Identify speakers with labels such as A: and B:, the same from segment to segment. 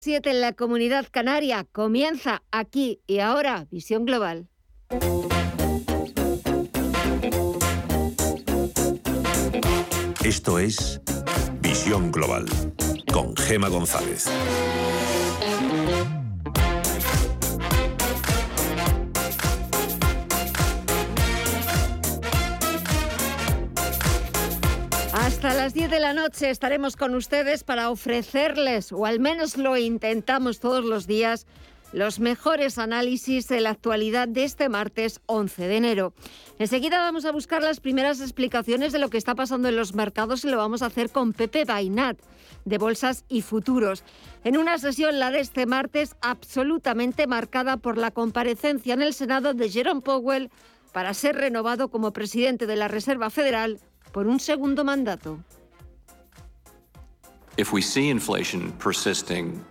A: 7 en la Comunidad Canaria. Comienza aquí y ahora Visión Global.
B: Esto es Visión Global con Gema González.
A: Hasta las 10 de la noche estaremos con ustedes para ofrecerles, o al menos lo intentamos todos los días, los mejores análisis de la actualidad de este martes 11 de enero. Enseguida vamos a buscar las primeras explicaciones de lo que está pasando en los mercados y lo vamos a hacer con Pepe Bainat, de Bolsas y Futuros, en una sesión, la de este martes, absolutamente marcada por la comparecencia en el Senado de Jerome Powell para ser renovado como presidente de la Reserva Federal por un segundo mandato.
C: If we see inflation persisting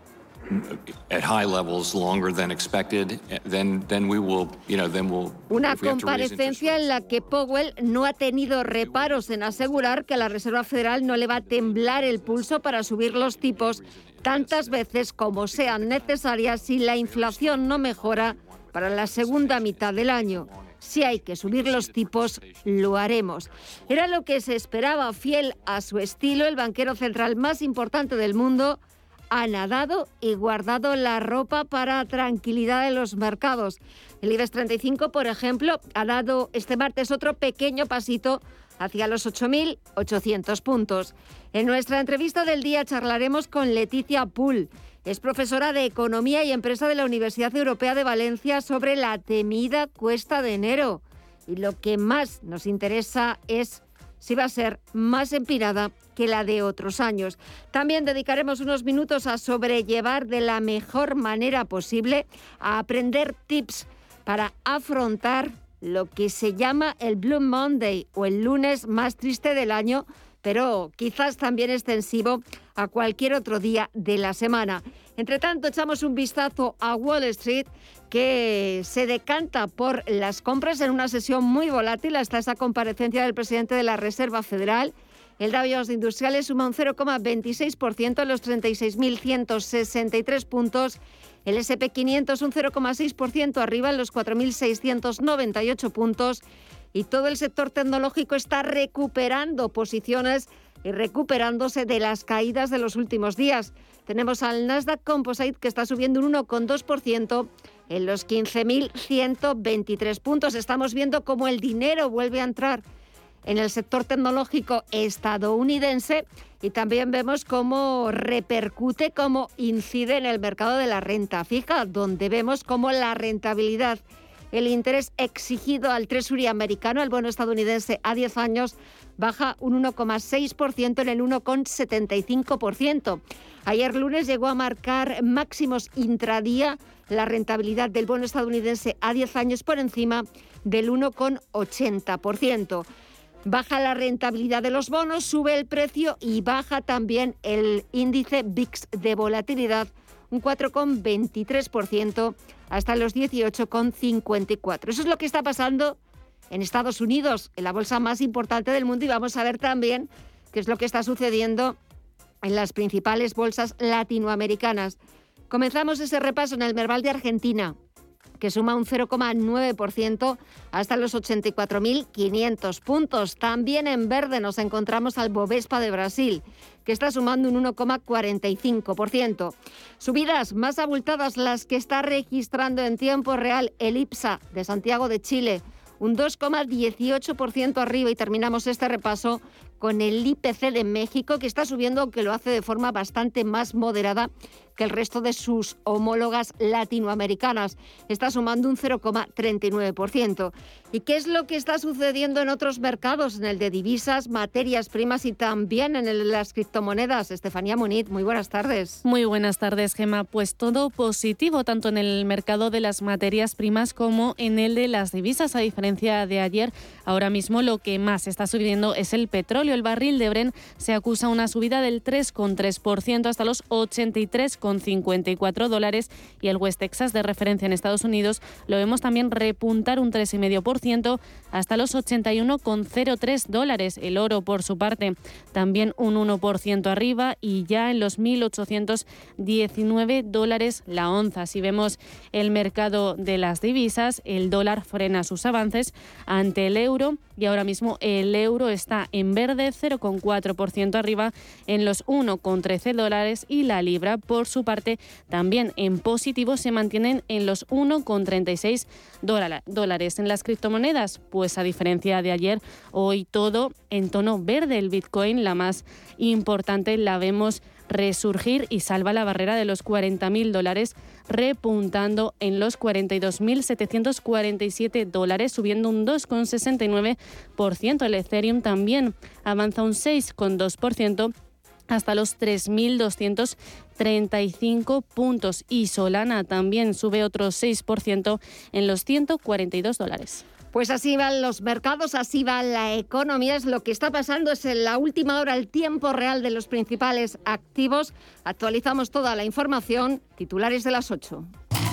C: at high levels longer than expected, then we will,
A: Una comparecencia en la que Powell no ha tenido reparos en asegurar que la Reserva Federal no le va a temblar el pulso para subir los tipos tantas veces como sean necesarias si la inflación no mejora para la segunda mitad del año. Si hay que subir los tipos, lo haremos. Era lo que se esperaba. Fiel a su estilo, el banquero central más importante del mundo ha nadado y guardado la ropa para tranquilidad de los mercados. El IBEX 35, por ejemplo, ha dado este martes otro pequeño pasito hacia los 8.800 puntos. En nuestra entrevista del día charlaremos con Leticia Pull. Es profesora de Economía y Empresa de la Universidad Europea de Valencia sobre la temida cuesta de enero. Y lo que más nos interesa es si va a ser más empinada que la de otros años. También dedicaremos unos minutos a sobrellevar de la mejor manera posible, a aprender tips para afrontar lo que se llama el Blue Monday o el lunes más triste del año, pero quizás también extensivo a cualquier otro día de la semana. Entre tanto, echamos un vistazo a Wall Street, que se decanta por las compras en una sesión muy volátil hasta esa comparecencia del presidente de la Reserva Federal. El Dow Jones Industriales suma un 0,26% en los 36.163 puntos. El S&P 500 un 0,6% arriba en los 4.698 puntos. Y todo el sector tecnológico está recuperando posiciones y recuperándose de las caídas de los últimos días. Tenemos al Nasdaq Composite, que está subiendo un 1,2% en los 15.123 puntos. Estamos viendo cómo el dinero vuelve a entrar en el sector tecnológico estadounidense y también vemos cómo repercute, cómo incide en el mercado de la renta fija, donde vemos cómo la rentabilidad, el interés exigido al Treasury americano, el bono estadounidense a 10 años, baja un 1,6% en el 1,75%. Ayer lunes llegó a marcar máximos intradía la rentabilidad del bono estadounidense a 10 años por encima del 1,80%. Baja la rentabilidad de los bonos, sube el precio y baja también el índice VIX de volatilidad, un 4,23% hasta los 18,54. Eso es lo que está pasando en Estados Unidos, en la bolsa más importante del mundo, y vamos a ver también qué es lo que está sucediendo en las principales bolsas latinoamericanas. Comenzamos ese repaso en el Merval de Argentina, que suma un 0,9% hasta los 84.500 puntos. También en verde nos encontramos al Bovespa de Brasil, que está sumando un 1,45%. Subidas más abultadas las que está registrando en tiempo real el IPSA de Santiago de Chile, un 2,18% arriba, y terminamos este repaso con el IPC de México, que está subiendo, aunque lo hace de forma bastante más moderada que el resto de sus homólogas latinoamericanas. Está sumando un 0,39%. ¿Y qué es lo que está sucediendo en otros mercados? En el de divisas, materias primas y también en el de las criptomonedas. Estefanía Muniz, muy buenas tardes.
D: Muy buenas tardes, Gema. Pues todo positivo, tanto en el mercado de las materias primas como en el de las divisas. A diferencia de ayer, ahora mismo lo que más está subiendo es el petróleo. el barril de Brent se acusa una subida del 3,3% hasta los $83,54 y el West Texas de referencia en Estados Unidos lo vemos también repuntar un 3,5% hasta los $81,03. El oro, por su parte, también un 1% arriba y ya en los $1.819 la onza. Si vemos el mercado de las divisas, el dólar frena sus avances ante el euro y ahora mismo el euro está en verde, 0,4% arriba en los $1,13 y la libra, por su parte, también en positivo, se mantienen en los $1,36. En las criptomonedas, pues a diferencia de ayer, hoy todo en tono verde. El Bitcoin, la más importante, la vemos resurgir y salva la barrera de los $40.000, repuntando en los $42.747, subiendo un 2,69%. El Ethereum también avanza un 6,2% hasta los 3.235 puntos y Solana también sube otro 6% en los $142.
A: Pues así van los mercados, así va la economía. Es lo que está pasando, es en la última hora el tiempo real de los principales activos. Actualizamos toda la información. Titulares de las 8.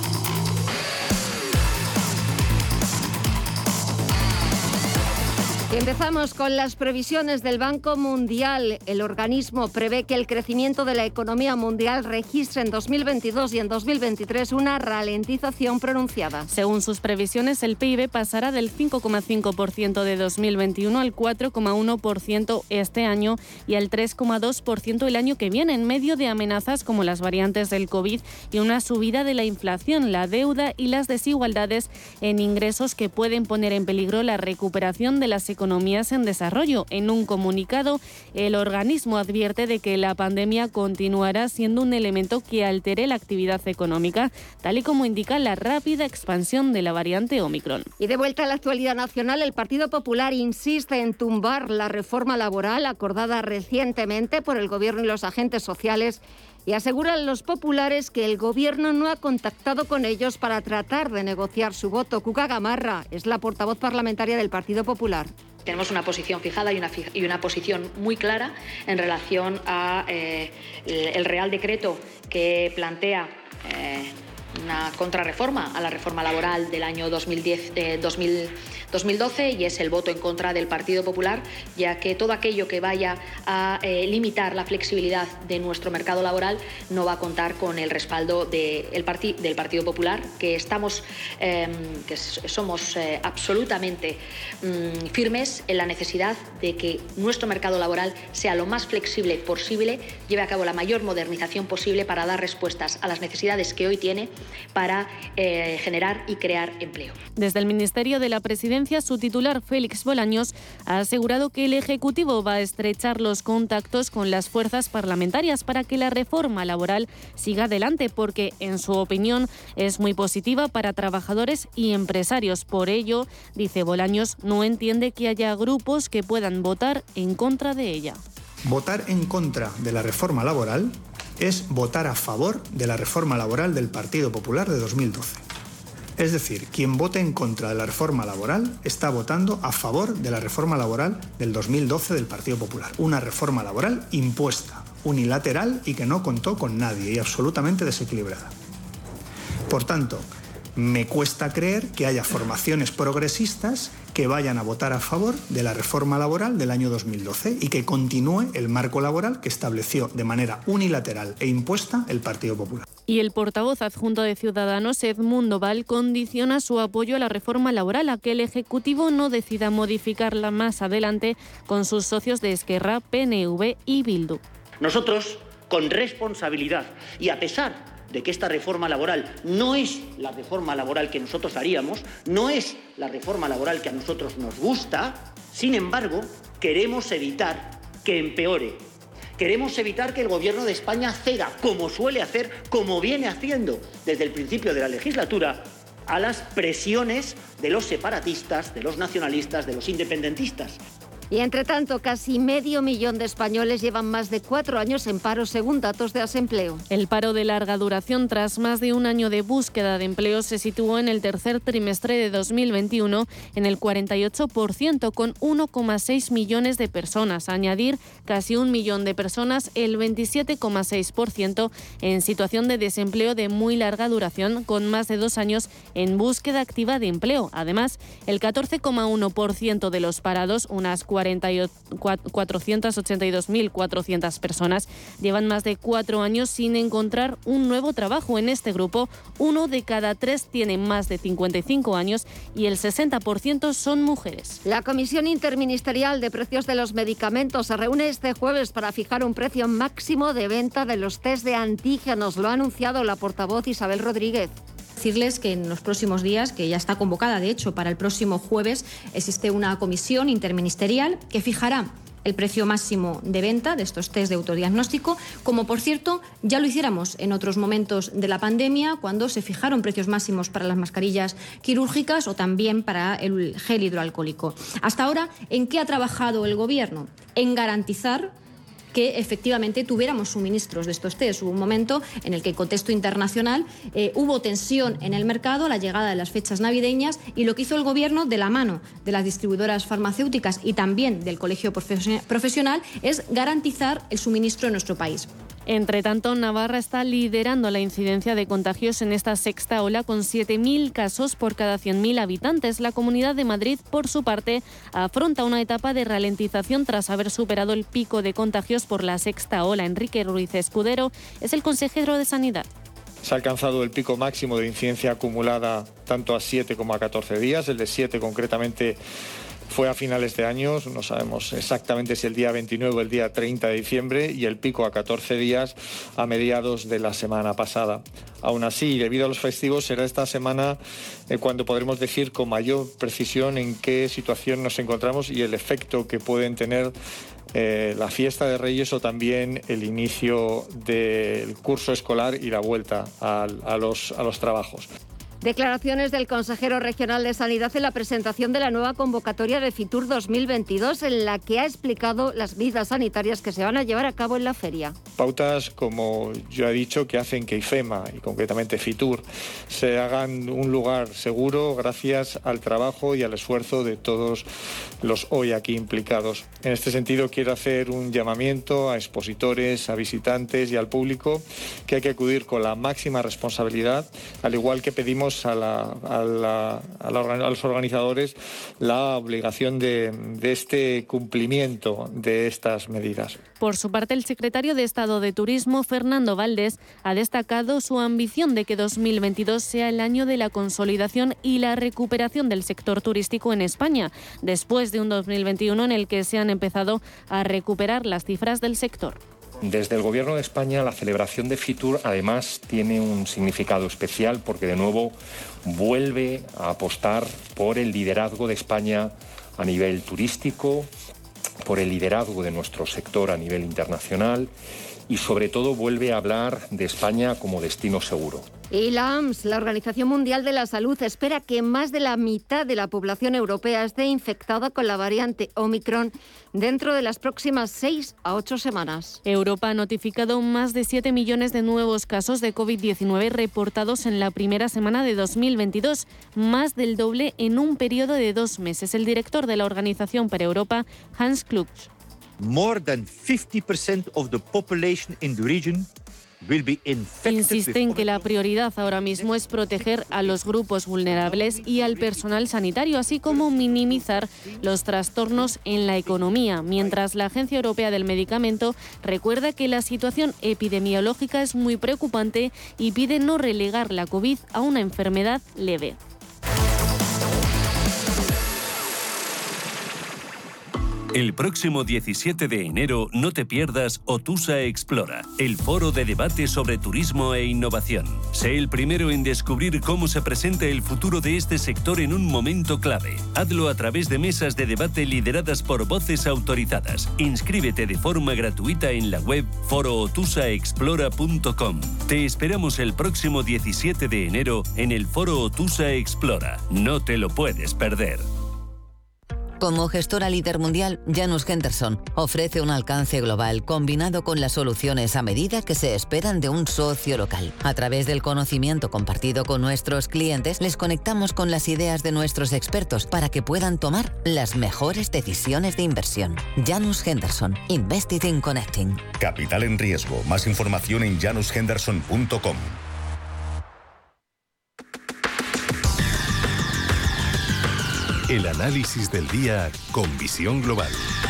A: Empezamos con las previsiones del Banco Mundial. El organismo prevé que el crecimiento de la economía mundial registre en 2022 y en 2023 una ralentización pronunciada.
D: Según sus previsiones, el PIB pasará del 5,5% de 2021 al 4,1% este año y al 3,2% el año que viene, en medio de amenazas como las variantes del COVID y una subida de la inflación, la deuda y las desigualdades en ingresos que pueden poner en peligro la recuperación de las economías en desarrollo. En un comunicado, el organismo advierte de que la pandemia continuará siendo un elemento que altere la actividad económica, tal y como indica la rápida expansión de la variante Ómicron.
A: Y de vuelta a la actualidad nacional, el Partido Popular insiste en tumbar la reforma laboral acordada recientemente por el Gobierno y los agentes sociales y aseguran los populares que el Gobierno no ha contactado con ellos para tratar de negociar su voto. Cuca Gamarra es la portavoz parlamentaria del Partido Popular.
E: Tenemos una posición fijada y una posición muy clara en relación a el Real Decreto que plantea una contrarreforma a la reforma laboral del año 2012 y es el voto en contra del Partido Popular, ya que todo aquello que vaya a limitar la flexibilidad de nuestro mercado laboral no va a contar con el respaldo del Partido Popular, que somos absolutamente firmes en la necesidad de que nuestro mercado laboral sea lo más flexible posible, lleve a cabo la mayor modernización posible para dar respuestas a las necesidades que hoy tiene para generar y crear empleo.
D: Desde el Ministerio de la Presidencia, su titular, Félix Bolaños, ha asegurado que el Ejecutivo va a estrechar los contactos con las fuerzas parlamentarias para que la reforma laboral siga adelante, porque, en su opinión, es muy positiva para trabajadores y empresarios. Por ello, dice Bolaños, no entiende que haya grupos que puedan votar en contra de ella.
F: Votar en contra de la reforma laboral es votar a favor de la reforma laboral del Partido Popular de 2012. Es decir, quien vote en contra de la reforma laboral está votando a favor de la reforma laboral del 2012 del Partido Popular. Una reforma laboral impuesta, unilateral y que no contó con nadie y absolutamente desequilibrada. Por tanto, me cuesta creer que haya formaciones progresistas que vayan a votar a favor de la reforma laboral del año 2012 y que continúe el marco laboral que estableció de manera unilateral e impuesta el Partido Popular.
D: Y el portavoz adjunto de Ciudadanos, Edmundo Val, condiciona su apoyo a la reforma laboral a que el Ejecutivo no decida modificarla más adelante con sus socios de Esquerra, PNV y Bildu.
G: Nosotros, con responsabilidad y a pesar de que esta reforma laboral no es la reforma laboral que nosotros haríamos, no es la reforma laboral que a nosotros nos gusta, sin embargo, queremos evitar que empeore. Queremos evitar que el Gobierno de España ceda, como suele hacer, como viene haciendo desde el principio de la legislatura, a las presiones de los separatistas, de los nacionalistas, de los independentistas.
A: Y entre tanto, casi 500.000 de españoles llevan más de 4 años en paro, según datos de Asempleo.
D: El paro de larga duración, tras más de un año de búsqueda de empleo, se situó en el tercer trimestre de 2021 en el 48%, con 1,6 millones de personas. A añadir casi 1 millón de personas, el 27,6% en situación de desempleo de muy larga duración, con más de 2 años en búsqueda activa de empleo. Además, el 14,1% de los parados, unas 482.400 personas, llevan más de 4 años sin encontrar un nuevo trabajo. En este grupo, 1 de cada 3 tiene más de 55 años y el 60% son mujeres.
A: La Comisión Interministerial de Precios de los Medicamentos se reúne este jueves para fijar un precio máximo de venta de los test de antígenos. Lo ha anunciado la portavoz Isabel Rodríguez.
H: Decirles que en los próximos días, que ya está convocada de hecho para el próximo jueves, existe una comisión interministerial que fijará el precio máximo de venta de estos test de autodiagnóstico, como por cierto ya lo hiciéramos en otros momentos de la pandemia, cuando se fijaron precios máximos para las mascarillas quirúrgicas o también para el gel hidroalcohólico. Hasta ahora, ¿en qué ha trabajado el Gobierno? En garantizar que efectivamente tuviéramos suministros de estos test. Hubo un momento en el que en contexto internacional hubo tensión en el mercado a la llegada de las fechas navideñas, y lo que hizo el Gobierno, de la mano de las distribuidoras farmacéuticas y también del Colegio Profesional, es garantizar el suministro en nuestro país.
D: Entre tanto, Navarra está liderando la incidencia de contagios en esta sexta ola, con 7.000 casos por cada 100.000 habitantes. La Comunidad de Madrid, por su parte, afronta una etapa de ralentización tras haber superado el pico de contagios por la sexta ola. Enrique Ruiz Escudero es el consejero de Sanidad.
I: Se ha alcanzado el pico máximo de incidencia acumulada tanto a 7 como a 14 días. El de 7 concretamente fue a finales de año, no sabemos exactamente si el día 29 o el día 30 de diciembre, y el pico a 14 días a mediados de la semana pasada. Aún así, debido a los festivos, será esta semana cuando podremos decir con mayor precisión en qué situación nos encontramos y el efecto que pueden tener la fiesta de Reyes o también el inicio del curso escolar y la vuelta a los trabajos.
A: Declaraciones del consejero regional de Sanidad en la presentación de la nueva convocatoria de Fitur 2022, en la que ha explicado las medidas sanitarias que se van a llevar a cabo en la feria.
I: Pautas, como yo he dicho, que hacen que IFEMA y concretamente Fitur se hagan un lugar seguro gracias al trabajo y al esfuerzo de todos los hoy aquí implicados. En este sentido, quiero hacer un llamamiento a expositores, a visitantes y al público, que hay que acudir con la máxima responsabilidad, al igual que pedimos a los organizadores la obligación de este cumplimiento de estas medidas.
D: Por su parte, el secretario de Estado de Turismo, Fernando Valdés, ha destacado su ambición de que 2022 sea el año de la consolidación y la recuperación del sector turístico en España, después de un 2021 en el que se han empezado a recuperar las cifras del sector.
J: Desde el Gobierno de España, la celebración de Fitur además tiene un significado especial porque de nuevo vuelve a apostar por el liderazgo de España a nivel turístico, por el liderazgo de nuestro sector a nivel internacional y sobre todo vuelve a hablar de España como destino seguro.
A: Y la OMS, la Organización Mundial de la Salud, espera que más de la mitad de la población europea esté infectada con la variante Omicron dentro de las próximas 6 a 8 semanas.
D: Europa ha notificado más de 7 millones de nuevos casos de COVID-19 reportados en la primera semana de 2022, más del doble en un periodo de 2 meses. El director de la Organización para Europa, Hans Kluge.
K: More than 50% of the population in the region will be infected.
D: Insiste en que la prioridad ahora mismo es proteger a los grupos vulnerables y al personal sanitario, así como minimizar los trastornos en la economía, mientras la Agencia Europea del Medicamento recuerda que la situación epidemiológica es muy preocupante y pide no relegar la COVID a una enfermedad leve.
B: El próximo 17 de enero no te pierdas Otusa Explora, el foro de debate sobre turismo e innovación. Sé el primero en descubrir cómo se presenta el futuro de este sector en un momento clave. Hazlo a través de mesas de debate lideradas por voces autorizadas. Inscríbete de forma gratuita en la web forootusaexplora.com. Te esperamos el próximo 17 de enero en el foro Otusa Explora. No te lo puedes perder.
L: Como gestora líder mundial, Janus Henderson ofrece un alcance global combinado con las soluciones a medida que se esperan de un socio local. A través del conocimiento compartido con nuestros clientes, les conectamos con las ideas de nuestros expertos para que puedan tomar las mejores decisiones de inversión. Janus Henderson, Invested in Connecting.
M: Capital en riesgo. Más información en janushenderson.com. El análisis del día con visión global.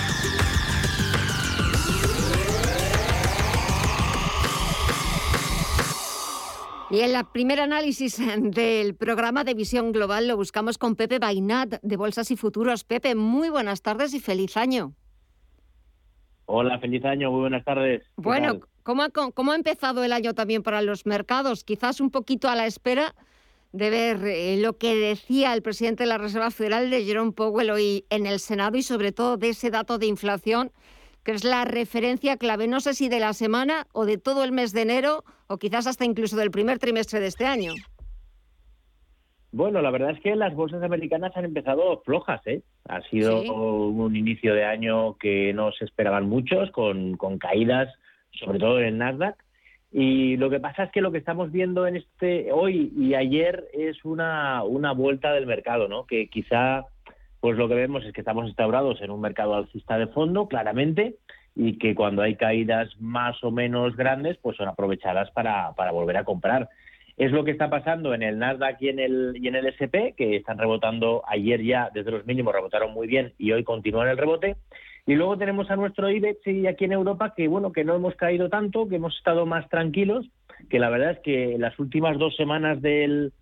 A: Y en el primer análisis del programa de Visión Global lo buscamos con Pepe Bainat, de Bolsas y Futuros. Pepe, muy buenas tardes y feliz año.
N: Hola, feliz año, muy buenas tardes.
A: Bueno, ¿cómo ha empezado el año también para los mercados? Quizás un poquito a la espera de ver lo que decía el presidente de la Reserva Federal, de Jerome Powell, hoy en el Senado, y sobre todo de ese dato de inflación, que es la referencia clave, no sé si de la semana o de todo el mes de enero, o quizás hasta incluso del primer trimestre de este año.
N: Bueno, la verdad es que las bolsas americanas han empezado flojas, ¿eh? Ha sido un inicio de año que no se esperaban muchos, con caídas, sobre todo en el Nasdaq. Y lo que pasa es que lo que estamos viendo en hoy y ayer es una vuelta del mercado, ¿no? Que quizá pues lo que vemos es que estamos instaurados en un mercado alcista de fondo, claramente, y que cuando hay caídas más o menos grandes, pues son aprovechadas para volver a comprar. Es lo que está pasando en el Nasdaq y en el S&P, que están rebotando. Ayer ya desde los mínimos rebotaron muy bien y hoy continúan el rebote. Y luego tenemos a nuestro IBEX y aquí en Europa que no hemos caído tanto, que hemos estado más tranquilos, que la verdad es que las últimas 2 semanas del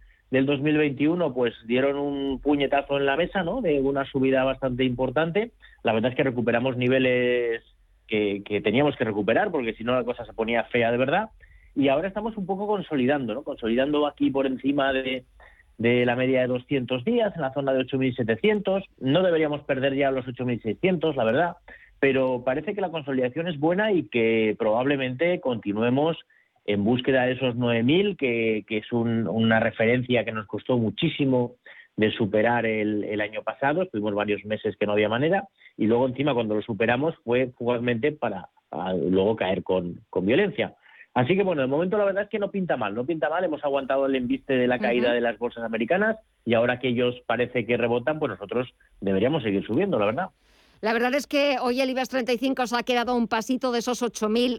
N: 2021 pues dieron un puñetazo en la mesa, ¿no? De una subida bastante importante. La verdad es que recuperamos niveles que teníamos que recuperar, porque si no la cosa se ponía fea de verdad. Y ahora estamos un poco consolidando, ¿no? Consolidando aquí por encima de la media de 200 días, en la zona de 8.700. No deberíamos perder ya los 8.600, la verdad, pero parece que la consolidación es buena y que probablemente continuemos en búsqueda de esos 9.000, que es una referencia que nos costó muchísimo de superar el año pasado. Estuvimos varios meses que no había manera, y luego encima cuando lo superamos fue fugazmente para luego caer con violencia. Así que bueno, de momento la verdad es que no pinta mal, hemos aguantado el embiste de la caída de las bolsas americanas, y ahora que ellos parece que rebotan, pues nosotros deberíamos seguir subiendo, la verdad.
A: La verdad es que hoy el IBEX 35 se ha quedado un pasito de esos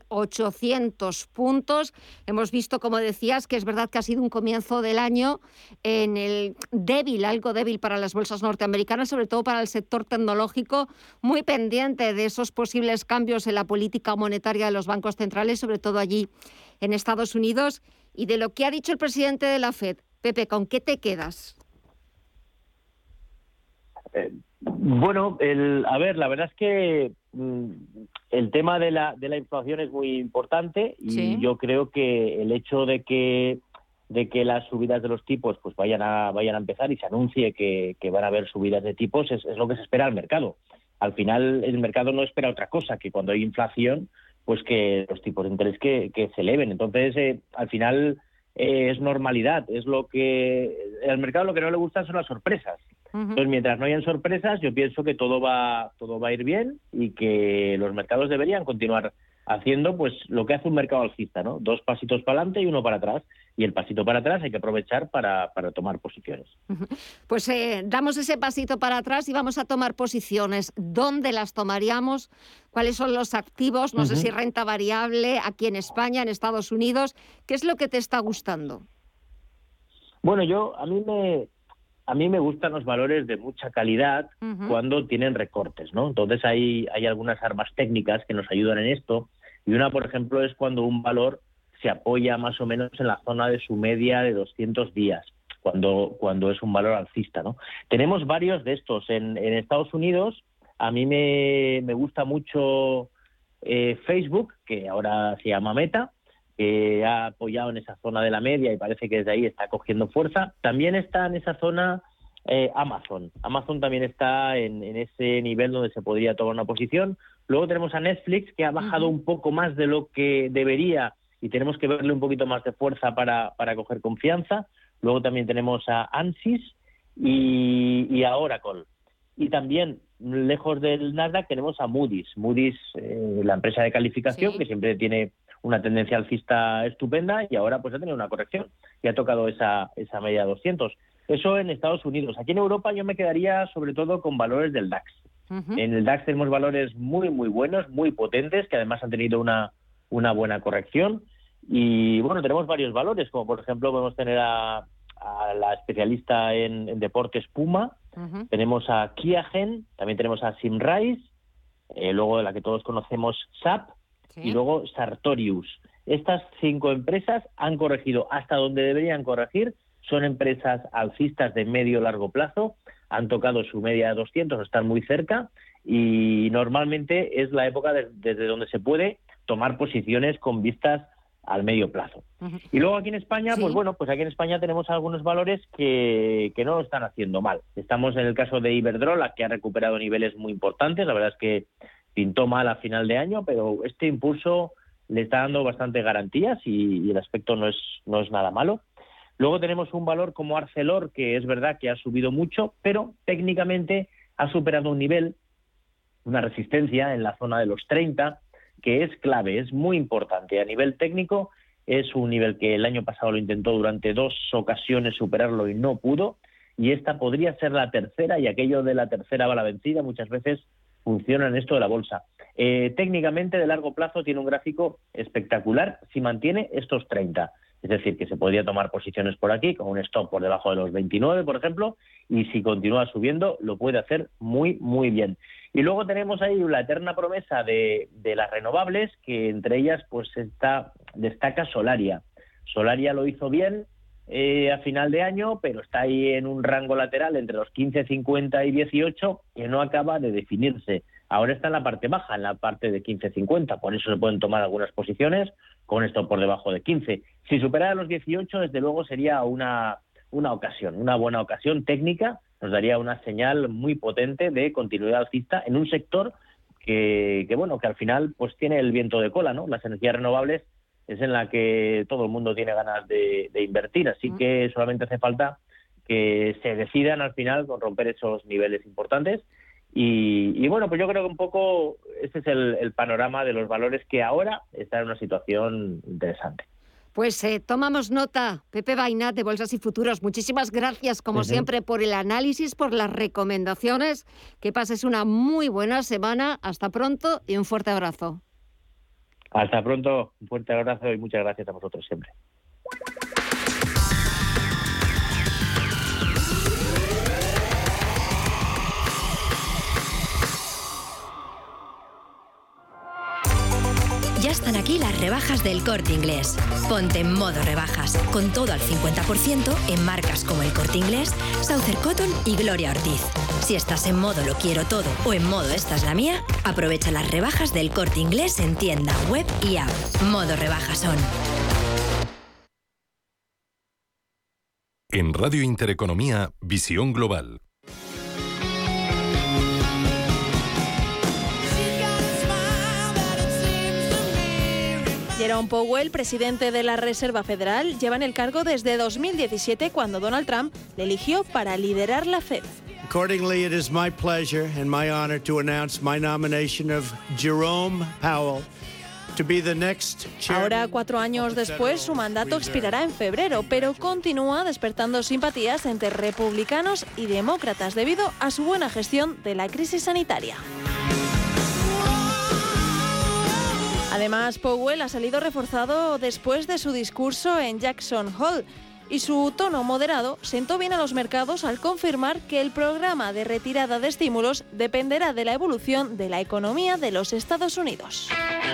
A: 8.800 puntos. Hemos visto, como decías, que es verdad que ha sido un comienzo del año en el algo débil para las bolsas norteamericanas, sobre todo para el sector tecnológico, muy pendiente de esos posibles cambios en la política monetaria de los bancos centrales, sobre todo allí en Estados Unidos. Y de lo que ha dicho el presidente de la FED, Pepe, ¿con qué te quedas?
N: Bueno, la verdad es que el tema de la inflación es muy importante, y yo creo que el hecho de que las subidas de los tipos pues vayan a empezar y se anuncie que van a haber subidas de tipos es lo que se espera al mercado. Al final el mercado no espera otra cosa que cuando hay inflación pues que los tipos de interés que se eleven. Entonces al final es normalidad, es lo que al mercado lo que no le gustan son las sorpresas. Entonces, mientras no hayan sorpresas, yo pienso que todo va a ir bien, y que los mercados deberían continuar haciendo pues lo que hace un mercado alcista, ¿no? 2 pasitos para adelante y 1 para atrás, y el pasito para atrás hay que aprovechar para tomar posiciones.
A: Pues damos ese pasito para atrás y vamos a tomar posiciones. ¿Dónde las tomaríamos? ¿Cuáles son los activos? No sé si renta variable, aquí en España, en Estados Unidos. ¿Qué es lo que te está gustando?
N: Bueno, a mí me gustan los valores de mucha calidad cuando tienen recortes, ¿no? Entonces hay algunas armas técnicas que nos ayudan en esto, y una, por ejemplo, es cuando un valor se apoya más o menos en la zona de su media de 200 días, cuando es un valor alcista, ¿no? Tenemos varios de estos. En Estados Unidos a mí me gusta mucho Facebook, que ahora se llama Meta, que ha apoyado en esa zona de la media y parece que desde ahí está cogiendo fuerza. También está en esa zona Amazon. Amazon también está en ese nivel donde se podría tomar una posición. Luego tenemos a Netflix, que ha bajado un poco más de lo que debería, y tenemos que verle un poquito más de fuerza para coger confianza. Luego también tenemos a Ansys y a Oracle. Y también, lejos del Nasdaq, tenemos a Moody's. Moody's, la empresa de calificación, que siempre tiene una tendencia alcista estupenda, y ahora pues ha tenido una corrección y ha tocado esa media 200. Eso en Estados Unidos. Aquí en Europa yo me quedaría sobre todo con valores del DAX. En el DAX tenemos valores muy, muy buenos, muy potentes, que además han tenido una buena corrección. Y bueno, tenemos varios valores, como por ejemplo podemos tener a la especialista en deportes Puma, tenemos a Qiagen, también tenemos a Simrise, luego de la que todos conocemos SAP, y luego Sartorius. Estas 5 empresas han corregido hasta donde deberían corregir, son empresas alcistas de medio-largo plazo, han tocado su media de 200, están muy cerca, y normalmente es la época desde donde se puede tomar posiciones con vistas al medio plazo. Y luego aquí en España, pues aquí en España tenemos algunos valores que no lo están haciendo mal. Estamos en el caso de Iberdrola, que ha recuperado niveles muy importantes. La verdad es que pintó mal a final de año, pero este impulso le está dando bastante garantías y el aspecto no es nada malo. Luego tenemos un valor como Arcelor, que es verdad que ha subido mucho, pero técnicamente ha superado un nivel, una resistencia en la zona de los 30, que es clave, es muy importante. A nivel técnico es un nivel que el año pasado lo intentó durante 2 ocasiones superarlo y no pudo, y esta podría ser la tercera, y aquello de la tercera bala vencida muchas veces funciona en esto de la bolsa. Técnicamente, de largo plazo, tiene un gráfico espectacular si mantiene estos 30. Es decir, que se podría tomar posiciones por aquí, con un stop por debajo de los 29, por ejemplo, y si continúa subiendo, lo puede hacer muy, muy bien. Y luego tenemos ahí la eterna promesa de las renovables, que entre ellas pues destaca Solaria. Solaria lo hizo bien a final de año, pero está ahí en un rango lateral entre los 15, 50 y 18, que no acaba de definirse. Ahora está en la parte baja, en la parte de 15-50, por eso se pueden tomar algunas posiciones con esto por debajo de 15. Si superara los 18, desde luego sería una ocasión, una buena ocasión técnica, nos daría una señal muy potente de continuidad alcista en un sector que al final pues tiene el viento de cola, ¿no? Las energías renovables es en la que todo el mundo tiene ganas de invertir, así que solamente hace falta que se decidan al final con romper esos niveles importantes. Y bueno, pues yo creo que un poco este es el panorama de los valores que ahora están en una situación interesante.
A: Pues tomamos nota. Pepe Bainat, de Bolsas y Futuros, muchísimas gracias, como siempre, por el análisis, por las recomendaciones. Que pases una muy buena semana. Hasta pronto y un fuerte abrazo.
N: Hasta pronto, un fuerte abrazo y muchas gracias a vosotros siempre.
O: Ya están aquí las rebajas del Corte Inglés. Ponte en modo rebajas, con todo al 50% en marcas como El Corte Inglés, Saucer Cotton y Gloria Ortiz. Si estás en modo lo quiero todo o en modo esta es la mía, aprovecha las rebajas del Corte Inglés en tienda, web y app. Modo rebajas son.
M: En Radio Intereconomía, Visión Global.
P: Jerome Powell, presidente de la Reserva Federal, lleva en el cargo desde 2017, cuando Donald Trump le eligió para liderar la Fed.
Q: Accordingly, it is my pleasure and my honor to announce my nomination of Jerome Powell to be the next chairman.
P: Ahora, 4 años después, su mandato expirará en febrero, pero continúa despertando simpatías entre republicanos y demócratas debido a su buena gestión de la crisis sanitaria. Además, Powell ha salido reforzado después de su discurso en Jackson Hole y su tono moderado sentó bien a los mercados al confirmar que el programa de retirada de estímulos dependerá de la evolución de la economía de los Estados Unidos.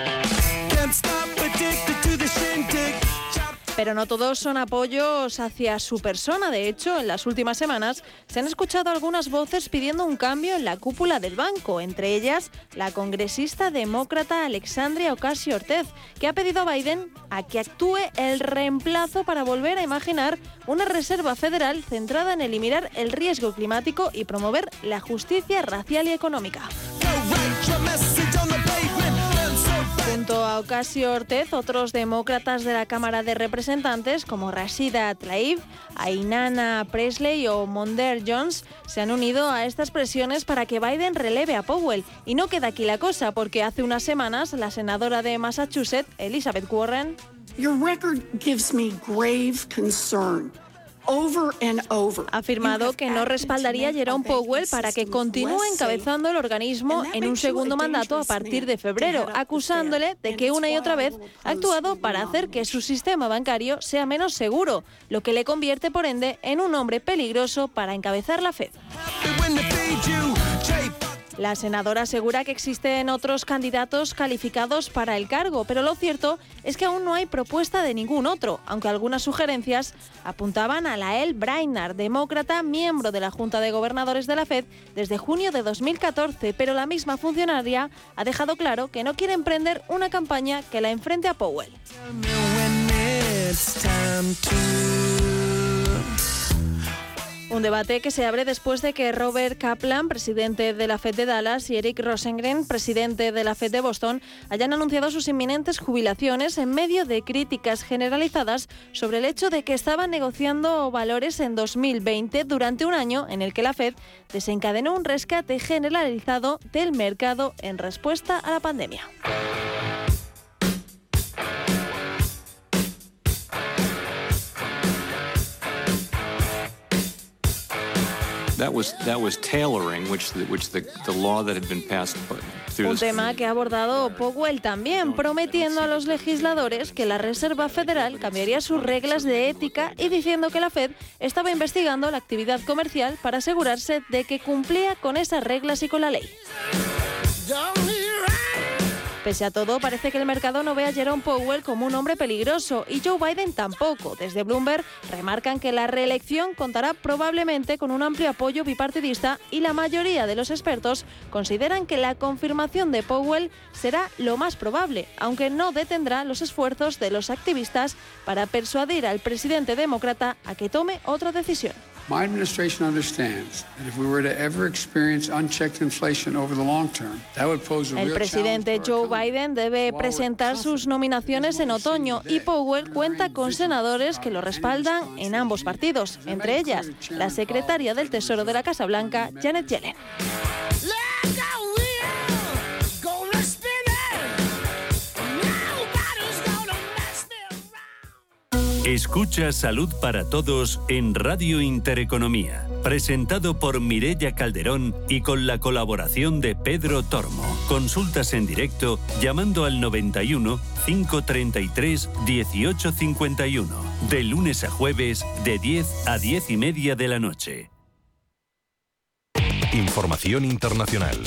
P: Pero no todos son apoyos hacia su persona. De hecho, en las últimas semanas se han escuchado algunas voces pidiendo un cambio en la cúpula del banco, entre ellas la congresista demócrata Alexandria Ocasio-Cortez, que ha pedido a Biden a que actúe el reemplazo para volver a imaginar una reserva federal centrada en eliminar el riesgo climático y promover la justicia racial y económica. Junto a Ocasio-Cortez, otros demócratas de la Cámara de Representantes, como Rashida Tlaib, Ayanna Pressley o Mondaire Jones, se han unido a estas presiones para que Biden releve a Powell. Y no queda aquí la cosa, porque hace unas semanas la senadora de Massachusetts, Elizabeth Warren,
R: Your record gives me grave concern.
P: Ha afirmado que no respaldaría a Jerome Powell para que continúe encabezando el organismo en un segundo mandato a partir de febrero, acusándole de que una y otra vez ha actuado para hacer que su sistema bancario sea menos seguro, lo que le convierte, por ende, en un hombre peligroso para encabezar la Fed. La senadora asegura que existen otros candidatos calificados para el cargo, pero lo cierto es que aún no hay propuesta de ningún otro, aunque algunas sugerencias apuntaban a Lael Brainard, demócrata, miembro de la Junta de Gobernadores de la Fed desde junio de 2014, pero la misma funcionaria ha dejado claro que no quiere emprender una campaña que la enfrente a Powell. Un debate que se abre después de que Robert Kaplan, presidente de la Fed de Dallas, y Eric Rosengren, presidente de la Fed de Boston, hayan anunciado sus inminentes jubilaciones en medio de críticas generalizadas sobre el hecho de que estaban negociando valores en 2020 durante un año en el que la Fed desencadenó un rescate generalizado del mercado en respuesta a la pandemia.
C: That was tailoring, which the law that had been passed through.
P: Un tema que ha abordado Powell también, prometiendo a los legisladores que la Reserva Federal cambiaría sus reglas de ética y diciendo que la Fed estaba investigando la actividad comercial para asegurarse de que cumplía con esas reglas y con la ley. Pese a todo, parece que el mercado no ve a Jerome Powell como un hombre peligroso y Joe Biden tampoco. Desde Bloomberg remarcan que la reelección contará probablemente con un amplio apoyo bipartidista y la mayoría de los expertos consideran que la confirmación de Powell será lo más probable, aunque no detendrá los esfuerzos de los activistas para persuadir al presidente demócrata a que tome otra decisión.
S: My administration understands that if we were to ever experience unchecked inflation over the long term, that would pose a real
P: El presidente Joe Biden debe presentar sus nominaciones en otoño y Powell cuenta con senadores que lo respaldan en ambos partidos, entre ellas la secretaria del Tesoro de la Casa Blanca, Janet Yellen.
B: Escucha Salud para Todos en Radio Intereconomía, presentado por Mireia Calderón y con la colaboración de Pedro Tormo. Consultas en directo llamando al 91 533 1851, de lunes a jueves de 10 a 10 y media de la noche.
M: Información internacional.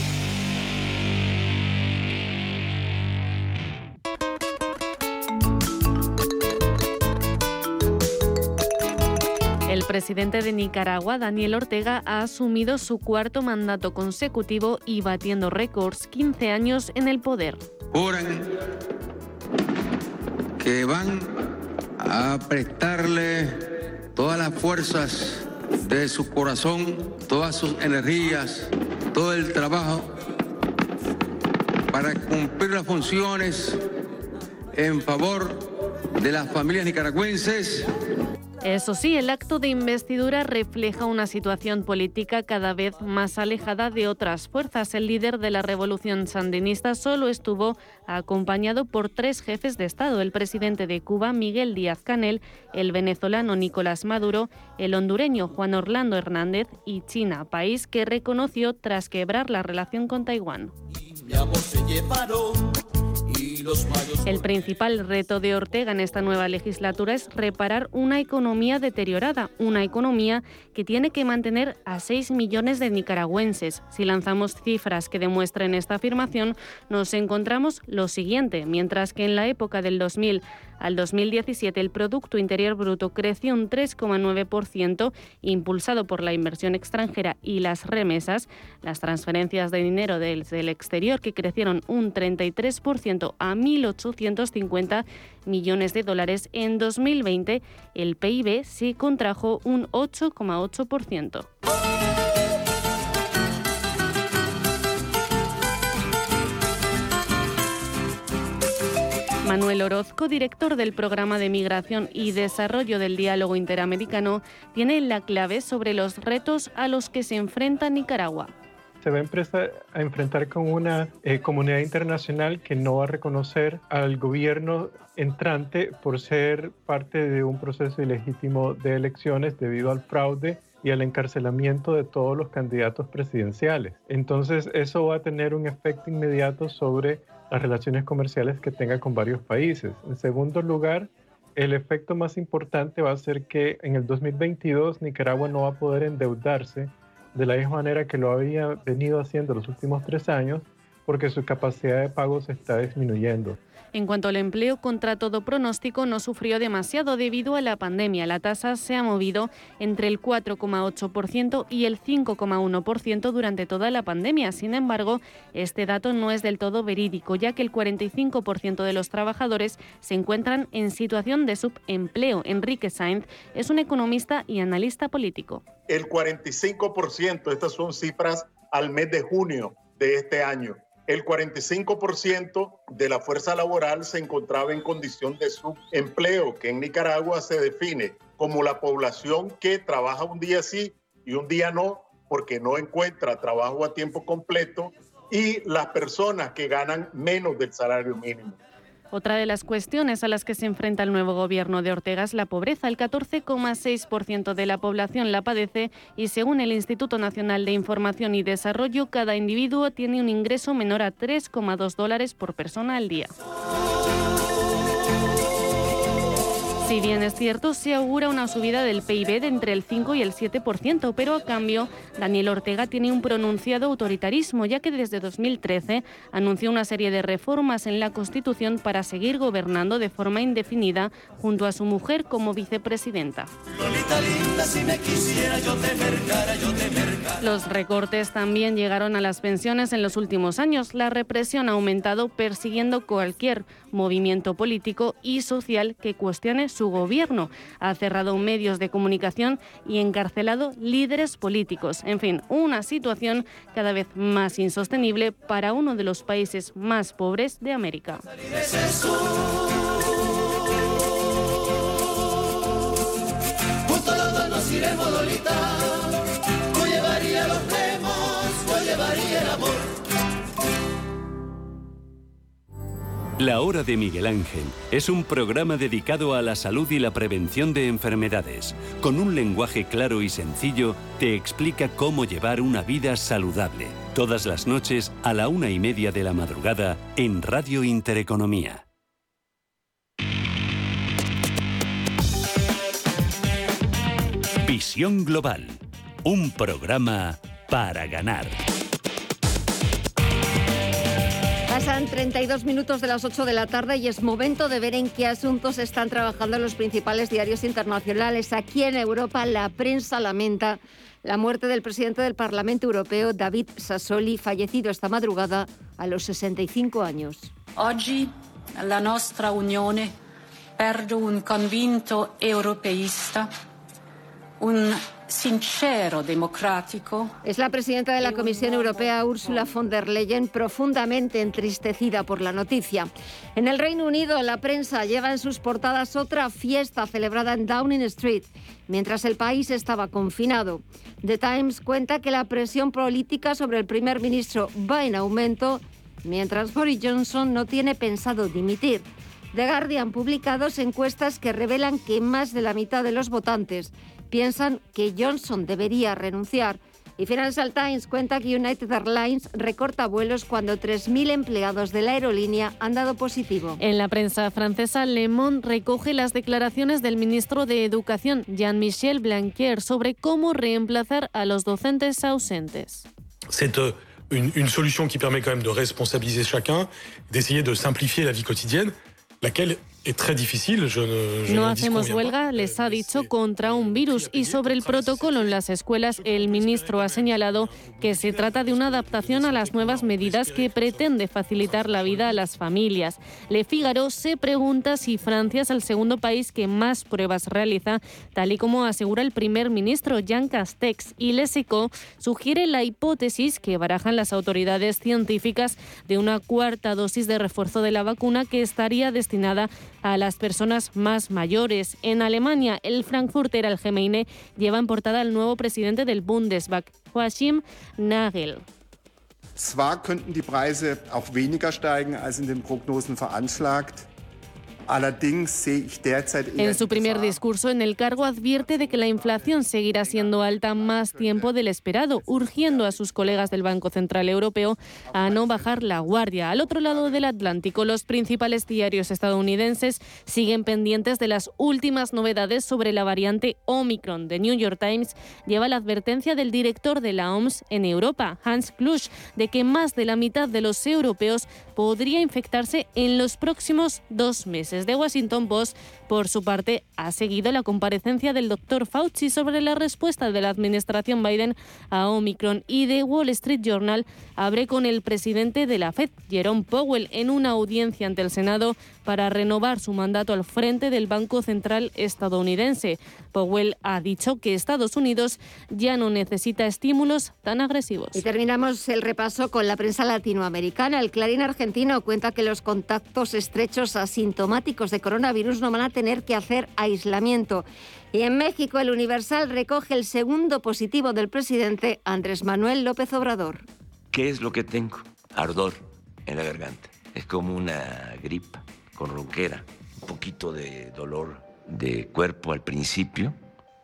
D: El presidente de Nicaragua, Daniel Ortega, ha asumido su cuarto mandato consecutivo y batiendo récords, 15 años en el poder.
T: Juran que van a prestarle todas las fuerzas de su corazón, todas sus energías, todo el trabajo para cumplir las funciones en favor de las familias nicaragüenses.
D: Eso sí, el acto de investidura refleja una situación política cada vez más alejada de otras fuerzas. El líder de la revolución sandinista solo estuvo acompañado por 3 jefes de Estado: el presidente de Cuba, Miguel Díaz-Canel, el venezolano Nicolás Maduro, el hondureño Juan Orlando Hernández y China, país que reconoció tras quebrar la relación con Taiwán. El principal reto de Ortega en esta nueva legislatura es reparar una economía deteriorada, una economía que tiene que mantener a 6 millones de nicaragüenses. Si lanzamos cifras que demuestren esta afirmación, nos encontramos lo siguiente: mientras que en la época del 2000 al 2017 el Producto Interior Bruto creció un 3,9%, impulsado por la inversión extranjera y las remesas, las transferencias de dinero desde el exterior, que crecieron un 33% a 1.850 millones de dólares, en 2020 el PIB se contrajo un 8,8%. Manuel Orozco, director del Programa de Migración y Desarrollo del Diálogo Interamericano, tiene la clave sobre los retos a los que se enfrenta Nicaragua.
U: Se va a enfrentar con una comunidad internacional que no va a reconocer al gobierno entrante por ser parte de un proceso ilegítimo de elecciones debido al fraude y al encarcelamiento de todos los candidatos presidenciales. Entonces, eso va a tener un efecto inmediato sobre las relaciones comerciales que tenga con varios países. En segundo lugar, el efecto más importante va a ser que en el 2022 Nicaragua no va a poder endeudarse de la misma manera que lo había venido haciendo los últimos 3 años, porque su capacidad de pago se está disminuyendo.
D: En cuanto al empleo, contra todo pronóstico, no sufrió demasiado debido a la pandemia. La tasa se ha movido entre el 4,8% y el 5,1% durante toda la pandemia. Sin embargo, este dato no es del todo verídico, ya que el 45% de los trabajadores se encuentran en situación de subempleo. Enrique Sainz es un economista y analista político.
V: El 45%, estas son cifras al mes de junio de este año. El 45% de la fuerza laboral se encontraba en condición de subempleo, que en Nicaragua se define como la población que trabaja un día sí y un día no, porque no encuentra trabajo a tiempo completo, y las personas que ganan menos del salario mínimo.
D: Otra de las cuestiones a las que se enfrenta el nuevo gobierno de Ortega es la pobreza. El 14,6% de la población la padece y, según el Instituto Nacional de Información y Desarrollo, cada individuo tiene un ingreso menor a $3,2 por persona al día. Si bien es cierto, se augura una subida del PIB de entre el 5 y el 7%, pero a cambio, Daniel Ortega tiene un pronunciado autoritarismo, ya que desde 2013 anunció una serie de reformas en la Constitución para seguir gobernando de forma indefinida junto a su mujer como vicepresidenta. Los recortes también llegaron a las pensiones en los últimos años. La represión ha aumentado persiguiendo cualquier movimiento político y social que cuestione su gobierno. Ha cerrado medios de comunicación y encarcelado líderes políticos. En fin, una situación cada vez más insostenible para uno de los países más pobres de América.
B: La Hora de Miguel Ángel es un programa dedicado a la salud y la prevención de enfermedades. Con un lenguaje claro y sencillo, te explica cómo llevar una vida saludable. Todas las noches a la 1:30 de la madrugada en Radio Intereconomía. Visión Global, un programa para ganar.
A: Pasan 32 minutos de las 8 de la tarde y es momento de ver en qué asuntos están trabajando los principales diarios internacionales. Aquí en Europa, la prensa lamenta la muerte del presidente del Parlamento Europeo, David Sassoli, fallecido esta madrugada a los 65 años.
R: Oggi la nostra Unione perde un convinto europeista, un sincero democrático.
A: Es la presidenta de la Comisión Europea, Ursula von der Leyen, profundamente entristecida por la noticia. En el Reino Unido, la prensa lleva en sus portadas otra fiesta celebrada en Downing Street, mientras el país estaba confinado. The Times cuenta que la presión política sobre el primer ministro va en aumento, mientras Boris Johnson no tiene pensado dimitir. The Guardian publica 2 encuestas que revelan que más de la mitad de los votantes piensan que Johnson debería renunciar. Y Financial Times cuenta que United Airlines recorta vuelos cuando 3.000 empleados de la aerolínea han dado positivo.
D: En la prensa francesa, Le Monde recoge las declaraciones del ministro de Educación, Jean-Michel Blanquer, sobre cómo reemplazar a los docentes ausentes.
W: C'est une solution qui permet quand même de responsabiliser chacun, d'essayer de simplifier la vie quotidienne, laquelle
D: No hacemos huelga, les ha dicho, contra un virus. Y sobre el protocolo en las escuelas, el ministro ha señalado que se trata de una adaptación a las nuevas medidas que pretende facilitar la vida a las familias. Le Figaro se pregunta si Francia es el segundo país que más pruebas realiza, tal y como asegura el primer ministro Jean Castex. Y Les Echos sugiere la hipótesis que barajan las autoridades científicas de una cuarta dosis de refuerzo de la vacuna que estaría destinada a las personas más mayores. En Alemania, el Frankfurter Allgemeine lleva en portada al nuevo presidente del Bundestag, Joachim Nagel.
E: Zwar könnten die Preise auch weniger steigen als in den Prognosen veranschlagt.
D: En su primer discurso en el cargo advierte de que la inflación seguirá siendo alta más tiempo del esperado, urgiendo a sus colegas del Banco Central Europeo a no bajar la guardia. Al otro lado del Atlántico, los principales diarios estadounidenses siguen pendientes de las últimas novedades sobre la variante Omicron. The New York Times lleva la advertencia del director de la OMS en Europa, Hans Klusch, de que más de la mitad de los europeos podría infectarse en los próximos 2 meses. The Washington Post, por su parte, ha seguido la comparecencia del Dr. Fauci sobre la respuesta de la administración Biden a Omicron, y The Wall Street Journal abre con el presidente de la Fed, Jerome Powell, en una audiencia ante el Senado para renovar su mandato al frente del Banco Central estadounidense. Powell ha dicho que Estados Unidos ya no necesita estímulos tan agresivos.
A: Y terminamos el repaso con la prensa latinoamericana. El Clarín argentino cuenta que los contactos estrechos asintomáticos de coronavirus no van a tener que hacer aislamiento. Y en México, el Universal recoge el segundo positivo del presidente Andrés Manuel López Obrador.
F: ¿Qué es lo que tengo? Ardor en la garganta. Es como una gripa con ronquera, un poquito de dolor de cuerpo al principio.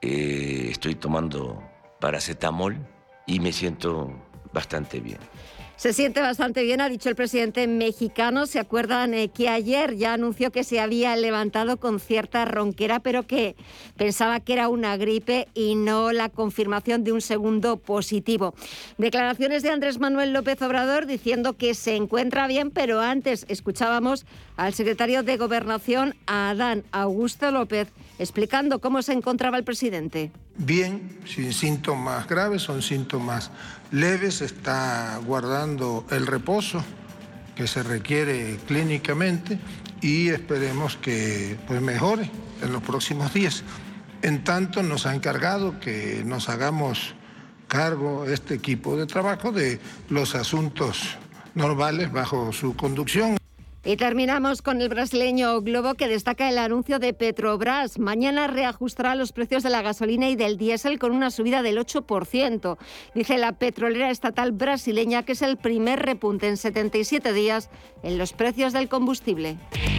F: Estoy tomando paracetamol y me siento bastante bien.
A: Se siente bastante bien, ha dicho el presidente mexicano. ¿Se acuerdan que ayer ya anunció que se había levantado con cierta ronquera, pero que pensaba que era una gripe y no la confirmación de un segundo positivo? Declaraciones de Andrés Manuel López Obrador diciendo que se encuentra bien, pero antes escuchábamos al secretario de Gobernación, a Adán Augusto López, explicando cómo se encontraba el presidente.
G: Bien, sin síntomas graves, son síntomas leves, está guardando el reposo que se requiere clínicamente y esperemos que mejore en los próximos días. En tanto, nos ha encargado que nos hagamos cargo este equipo de trabajo de los asuntos normales bajo su conducción.
A: Y terminamos con el brasileño Globo, que destaca el anuncio de Petrobras. Mañana reajustará los precios de la gasolina y del diésel con una subida del 8%. Dice la petrolera estatal brasileña que es el primer repunte en 77 días en los precios del combustible.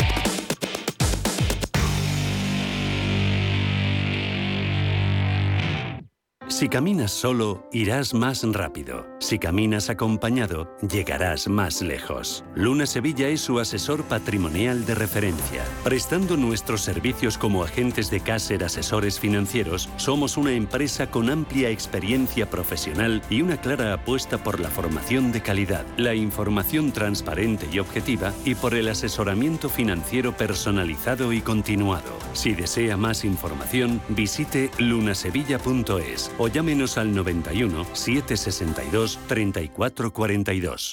B: Si caminas solo, irás más rápido. Si caminas acompañado, llegarás más lejos. Luna Sevilla es su asesor patrimonial de referencia. Prestando nuestros servicios como agentes de Caser Asesores Financieros, somos una empresa con amplia experiencia profesional y una clara apuesta por la formación de calidad, la información transparente y objetiva y por el asesoramiento financiero personalizado y continuado. Si desea más información, visite lunasevilla.es o llámenos al 91 762 3442.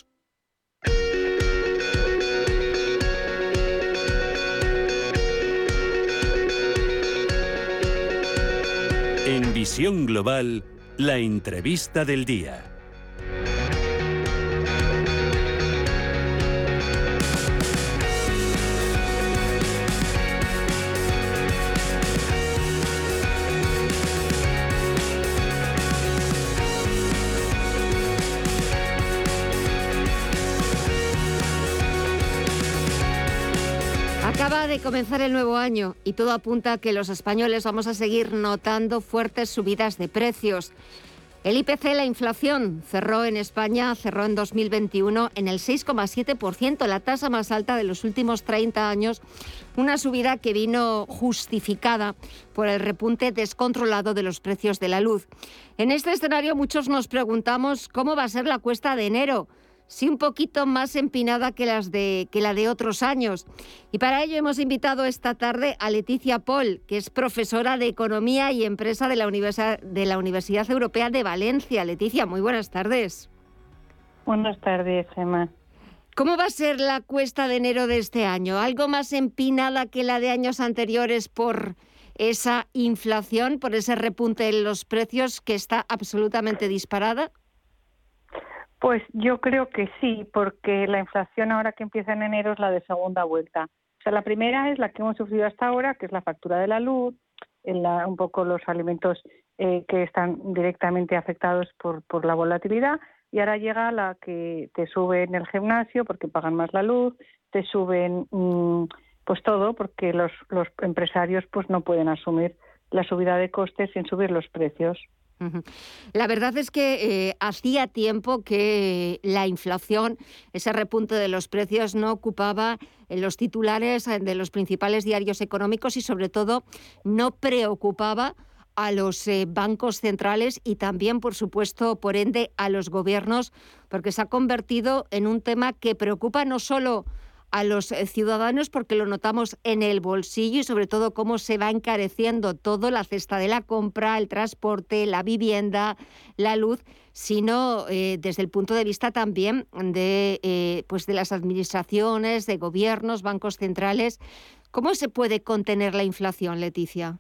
B: En Visión Global, la entrevista del día.
A: Acaba de comenzar el nuevo año y todo apunta a que los españoles vamos a seguir notando fuertes subidas de precios. El IPC, la inflación, cerró en 2021 en el 6,7%, la tasa más alta de los últimos 30 años, una subida que vino justificada por el repunte descontrolado de los precios de la luz. En este escenario muchos nos preguntamos cómo va a ser la cuesta de enero. sí un poquito más empinada que la de otros años. Y para ello hemos invitado esta tarde a Leticia Pol, que es profesora de Economía y Empresa de la Universidad Europea de Valencia. Leticia, muy buenas tardes.
H: Buenas tardes, Gemma.
A: ¿Cómo va a ser la cuesta de enero de este año? ¿Algo más empinada que la de años anteriores por esa inflación, por ese repunte en los precios que está absolutamente disparada?
H: Pues yo creo que sí, porque la inflación ahora que empieza en enero es la de segunda vuelta. O sea, la primera es la que hemos sufrido hasta ahora, que es la factura de la luz, un poco los alimentos que están directamente afectados por la volatilidad, y ahora llega la que te sube en el gimnasio porque pagan más la luz, te suben pues todo, porque los empresarios pues no pueden asumir la subida de costes sin subir los precios.
A: La verdad es que hacía tiempo que la inflación, ese repunte de los precios, no ocupaba en los titulares de los principales diarios económicos y sobre todo no preocupaba a los bancos centrales y también, por supuesto, por ende, a los gobiernos, porque se ha convertido en un tema que preocupa no solo a los ciudadanos, porque lo notamos en el bolsillo y sobre todo cómo se va encareciendo todo, la cesta de la compra, el transporte, la vivienda, la luz, sino desde el punto de vista también de las administraciones, de gobiernos, bancos centrales. ¿Cómo se puede contener la inflación, Leticia?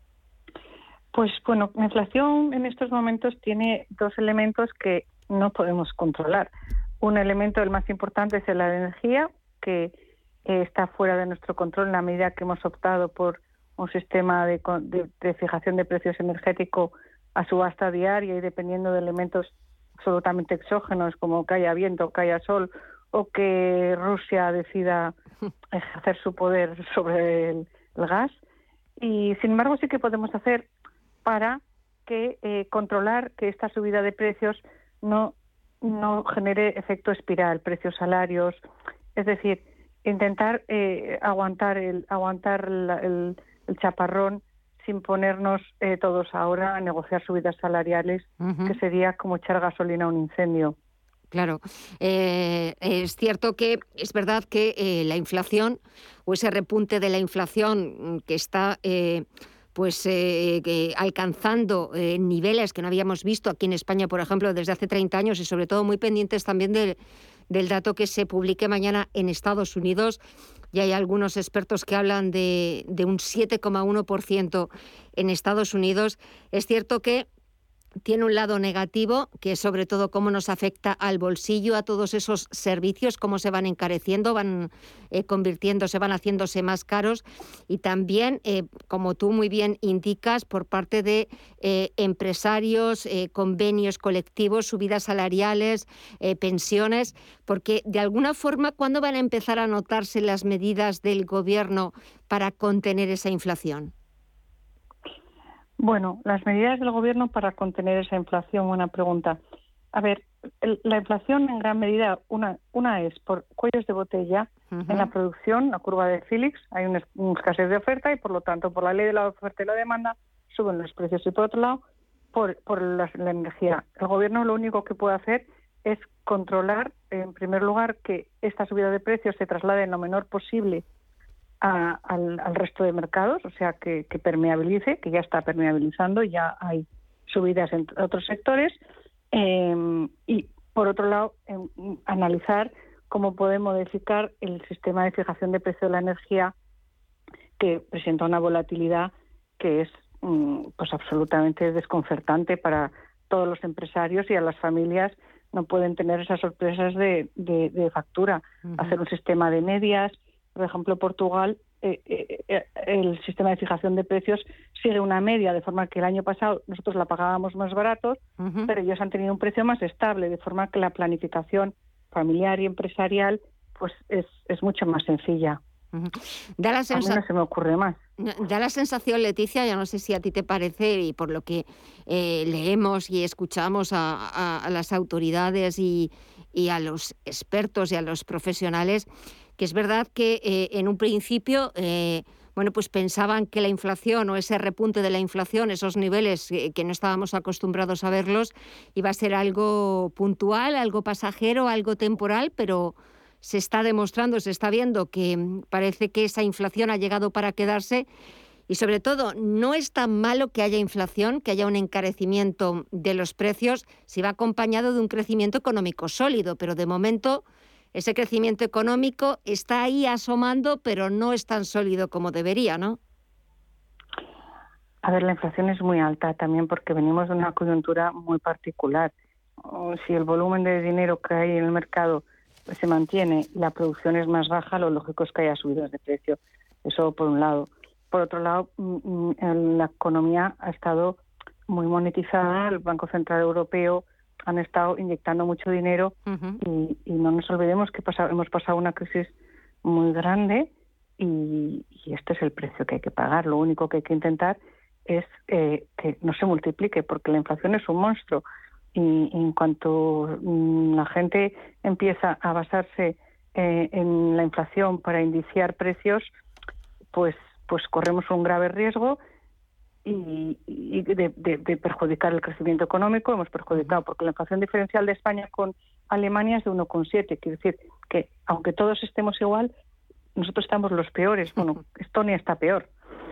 H: Pues bueno, la inflación en estos momentos tiene dos elementos que no podemos controlar. Un elemento, el más importante, es la energía, que está fuera de nuestro control en la medida que hemos optado por un sistema de fijación de precios energético a subasta diaria y dependiendo de elementos absolutamente exógenos como que haya viento, que haya sol o que Rusia decida ejercer su poder sobre el gas. Y sin embargo sí que podemos hacer para que controlar que esta subida de precios no genere efecto espiral, precios, salarios. Es decir, intentar aguantar el chaparrón sin ponernos todos ahora a negociar subidas salariales, que sería como echar gasolina a un incendio.
A: Claro, es cierto que es verdad que la inflación o ese repunte de la inflación que está alcanzando niveles que no habíamos visto aquí en España, por ejemplo, desde hace 30 años y sobre todo muy pendientes también del dato que se publique mañana en Estados Unidos. Ya hay algunos expertos que hablan de un 7,1% en Estados Unidos. Es cierto que tiene un lado negativo, que es sobre todo cómo nos afecta al bolsillo, a todos esos servicios, cómo se van encareciendo, van convirtiéndose, van haciéndose más caros. Y también, como tú muy bien indicas, por parte de empresarios, convenios colectivos, subidas salariales, pensiones, porque de alguna forma, ¿cuándo van a empezar a notarse las medidas del Gobierno para contener esa inflación?
H: Bueno, las medidas del Gobierno para contener esa inflación, buena pregunta. A ver, la inflación en gran medida, una es por cuellos de botella en la producción, la curva de Phillips, hay una escasez de oferta y por lo tanto por la ley de la oferta y la demanda suben los precios y por otro lado por la energía. El Gobierno lo único que puede hacer es controlar, en primer lugar, que esta subida de precios se traslade en lo menor posible al resto de mercados, o sea, que permeabilice, que ya está permeabilizando, ya hay subidas en otros sectores, y por otro lado, analizar cómo puede modificar el sistema de fijación de precio de la energía, que presenta una volatilidad que es pues absolutamente desconcertante para todos los empresarios y a las familias. No pueden tener esas sorpresas de factura. Hacer un sistema de medias. Por ejemplo, Portugal, el sistema de fijación de precios sigue una media, de forma que el año pasado nosotros la pagábamos más baratos, pero ellos han tenido un precio más estable, de forma que la planificación familiar y empresarial pues es mucho más sencilla. A mí no se me ocurre más.
A: Da la sensación, Leticia, ya no sé si a ti te parece, y por lo que leemos y escuchamos a las autoridades y a los expertos y a los profesionales, que es verdad que en un principio bueno, pues pensaban que la inflación o ese repunte de la inflación, esos niveles que no estábamos acostumbrados a verlos, iba a ser algo puntual, algo pasajero, algo temporal, pero se está demostrando, se está viendo que parece que esa inflación ha llegado para quedarse. Y sobre todo, no es tan malo que haya inflación, que haya un encarecimiento de los precios, si va acompañado de un crecimiento económico sólido. Pero de momento, ese crecimiento económico está ahí asomando, pero no es tan sólido como debería, ¿no?
H: A ver, la inflación es muy alta también porque venimos de una coyuntura muy particular. Si el volumen de dinero que hay en el mercado se mantiene y la producción es más baja, lo lógico es que haya subidas de precio. Eso por un lado. Por otro lado, la economía ha estado muy monetizada, el Banco Central Europeo han estado inyectando mucho dinero y no nos olvidemos que hemos pasado una crisis muy grande y este es el precio que hay que pagar. Lo único que hay que intentar es que no se multiplique, porque la inflación es un monstruo y en cuanto la gente empieza a basarse en la inflación para indiciar precios, pues corremos un grave riesgo y de perjudicar el crecimiento económico. Hemos perjudicado porque la inflación diferencial de España con Alemania es de 1,7. Quiere decir que aunque todos estemos igual, nosotros estamos los peores. Bueno, Estonia está peor.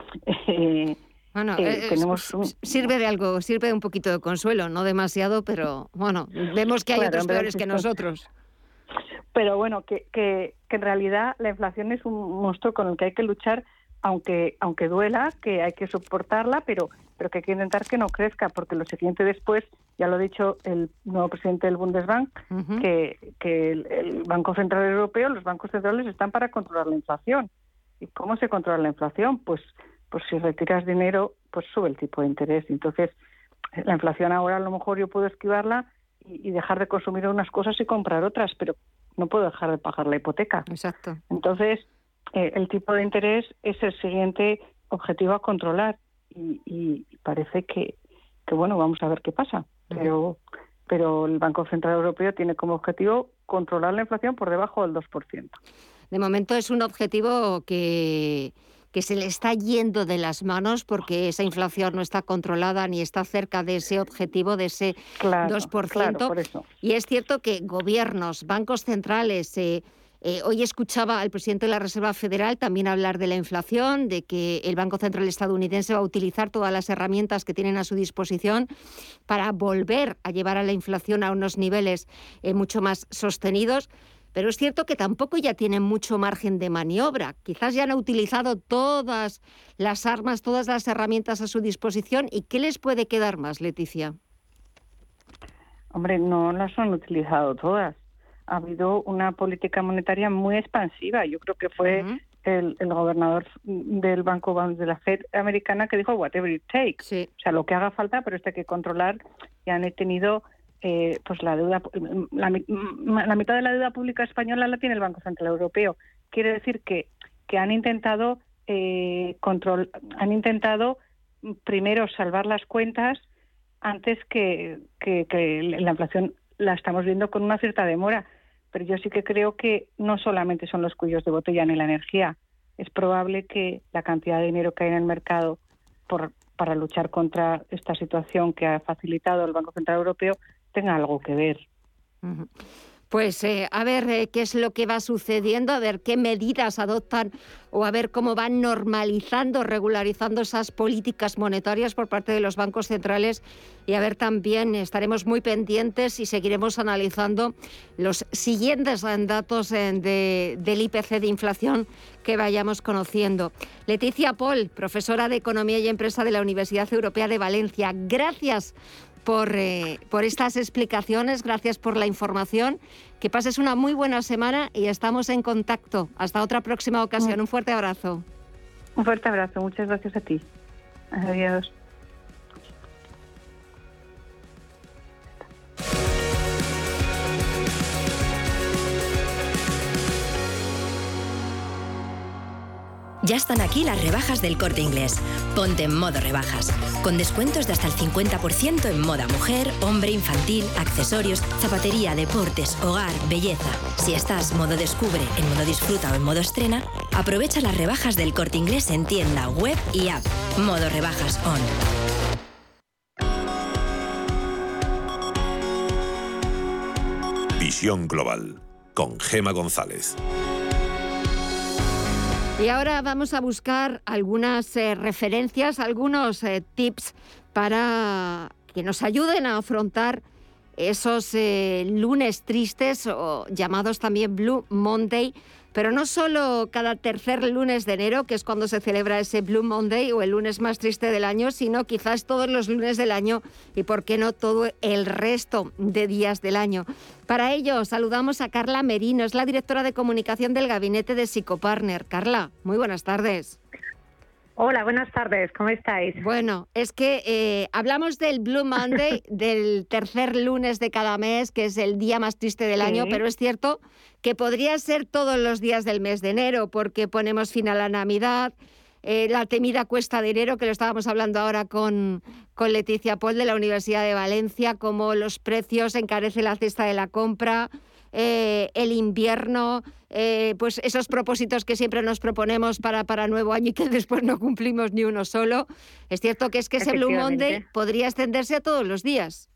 A: Bueno, sirve de algo, sirve de un poquito de consuelo, no demasiado, pero bueno, vemos que hay otros peores que nosotros.
H: Pero bueno, que en realidad la inflación es un monstruo con el que hay que luchar, aunque duela, que hay que soportarla, pero que hay que intentar que no crezca, porque lo siguiente después, ya lo ha dicho el nuevo presidente del Bundesbank, que el Banco Central Europeo, los bancos centrales están para controlar la inflación. ¿Y cómo se controla la inflación? Pues si retiras dinero, pues sube el tipo de interés. Entonces, la inflación ahora a lo mejor yo puedo esquivarla y dejar de consumir unas cosas y comprar otras, pero no puedo dejar de pagar la hipoteca.
A: Exacto.
H: Entonces, el tipo de interés es el siguiente objetivo a controlar y parece que bueno, vamos a ver qué pasa. Pero el Banco Central Europeo tiene como objetivo controlar la inflación por debajo del 2%.
A: De momento es un objetivo que se le está yendo de las manos porque esa inflación no está controlada ni está cerca de ese objetivo, de ese 2%.
H: Claro, por eso.
A: Y es cierto que gobiernos, bancos centrales... hoy escuchaba al presidente de la Reserva Federal también hablar de la inflación, de que el Banco Central estadounidense va a utilizar todas las herramientas que tienen a su disposición para volver a llevar a la inflación a unos niveles mucho más sostenidos. Pero es cierto que tampoco ya tienen mucho margen de maniobra. Quizás ya han utilizado todas las armas, todas las herramientas a su disposición. ¿Y qué les puede quedar más, Leticia?
H: Hombre, no las han utilizado todas. Ha habido una política monetaria muy expansiva. Yo creo que fue el gobernador del Banco de la Fed americana que dijo whatever it takes. Sí. O sea, lo que haga falta, pero esto hay que controlar. Y han tenido pues la deuda, la mitad de la deuda pública española la tiene el Banco Central Europeo. Quiere decir que han intentado han intentado primero salvar las cuentas antes que la inflación la estamos viendo con una cierta demora. Pero yo sí que creo que no solamente son los cuellos de botella ni la energía. Es probable que la cantidad de dinero que hay en el mercado para luchar contra esta situación que ha facilitado el Banco Central Europeo tenga algo que ver.
A: Pues a ver qué es lo que va sucediendo, a ver qué medidas adoptan o a ver cómo van normalizando, regularizando esas políticas monetarias por parte de los bancos centrales y a ver también, estaremos muy pendientes y seguiremos analizando los siguientes datos del IPC de inflación que vayamos conociendo. Leticia Pol, profesora de Economía y Empresa de la Universidad Europea de Valencia, gracias por estas explicaciones, gracias por la información, que pases una muy buena semana y estamos en contacto. Hasta otra próxima ocasión. Un fuerte abrazo.
H: Un fuerte abrazo, muchas gracias a ti. Adiós.
O: Ya están aquí las rebajas del Corte Inglés. Ponte en modo rebajas. Con descuentos de hasta el 50% en moda mujer, hombre, infantil, accesorios, zapatería, deportes, hogar, belleza. Si estás modo descubre, en modo disfruta o en modo estrena, Aprovecha las rebajas del Corte Inglés en tienda, web y app. Modo rebajas on.
I: Visión Global, con Gema González.
A: Y ahora vamos a buscar algunas referencias, algunos tips para que nos ayuden a afrontar esos lunes tristes o llamados también Blue Monday, pero no solo cada tercer lunes de enero, que es cuando se celebra ese Blue Monday o el lunes más triste del año, sino quizás todos los lunes del año y, por qué no, todo el resto de días del año. Para ello, saludamos a Carla Merino, es la directora de comunicación del gabinete de Psicopartner. Carla, muy buenas tardes.
J: Hola, buenas tardes, ¿cómo estáis?
A: Bueno, es que hablamos del Blue Monday, del tercer lunes de cada mes, que es el día más triste del año, pero es cierto que podría ser todos los días del mes de enero, porque ponemos fin a la Navidad, la temida cuesta de enero, que lo estábamos hablando ahora con Leticia Pol de la Universidad de Valencia, cómo los precios encarecen la cesta de la compra, el invierno, pues esos propósitos que siempre nos proponemos para nuevo año y que después no cumplimos ni uno solo. Es cierto que ese Blue Monday podría extenderse a todos los días.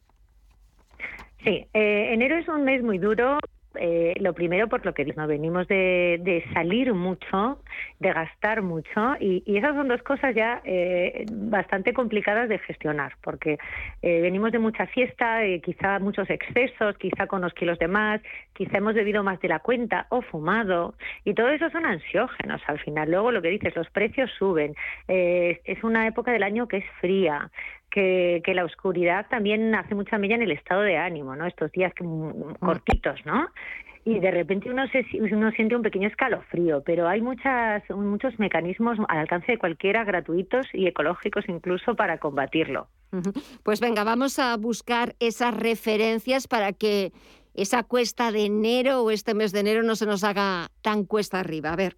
J: Sí, enero es un mes muy duro. Lo primero, por lo que nos venimos de salir mucho, de gastar mucho, y esas son dos cosas ya bastante complicadas de gestionar, porque venimos de mucha fiesta, quizá muchos excesos, quizá con unos kilos de más, quizá hemos bebido más de la cuenta o fumado, y todo eso son ansiógenos al final. Luego, lo que dices, los precios suben, es una época del año que es fría, que la oscuridad también hace mucha mella en el estado de ánimo, ¿no? Estos días cortitos, ¿no? Y de repente uno siente un pequeño escalofrío, pero hay muchos mecanismos al alcance de cualquiera, gratuitos y ecológicos incluso, para combatirlo.
A: Pues venga, vamos a buscar esas referencias para que esa cuesta de enero o este mes de enero no se nos haga tan cuesta arriba. A ver.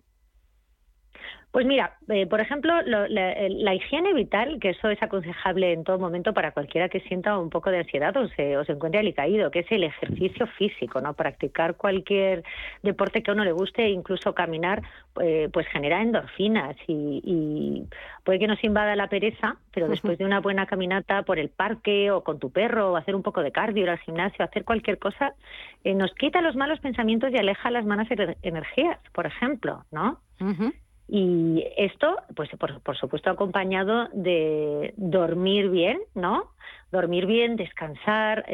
J: Pues mira, por ejemplo, la higiene vital, que eso es aconsejable en todo momento para cualquiera que sienta un poco de ansiedad o se encuentre alicaído, que es el ejercicio físico, ¿no? Practicar cualquier deporte que a uno le guste, incluso caminar, pues genera endorfinas y puede que nos invada la pereza, pero después de una buena caminata por el parque o con tu perro, o hacer un poco de cardio, ir al gimnasio, hacer cualquier cosa, nos quita los malos pensamientos y aleja las malas energías, por ejemplo, ¿no? Y esto, pues por supuesto, acompañado de dormir bien, ¿no? Dormir bien, descansar,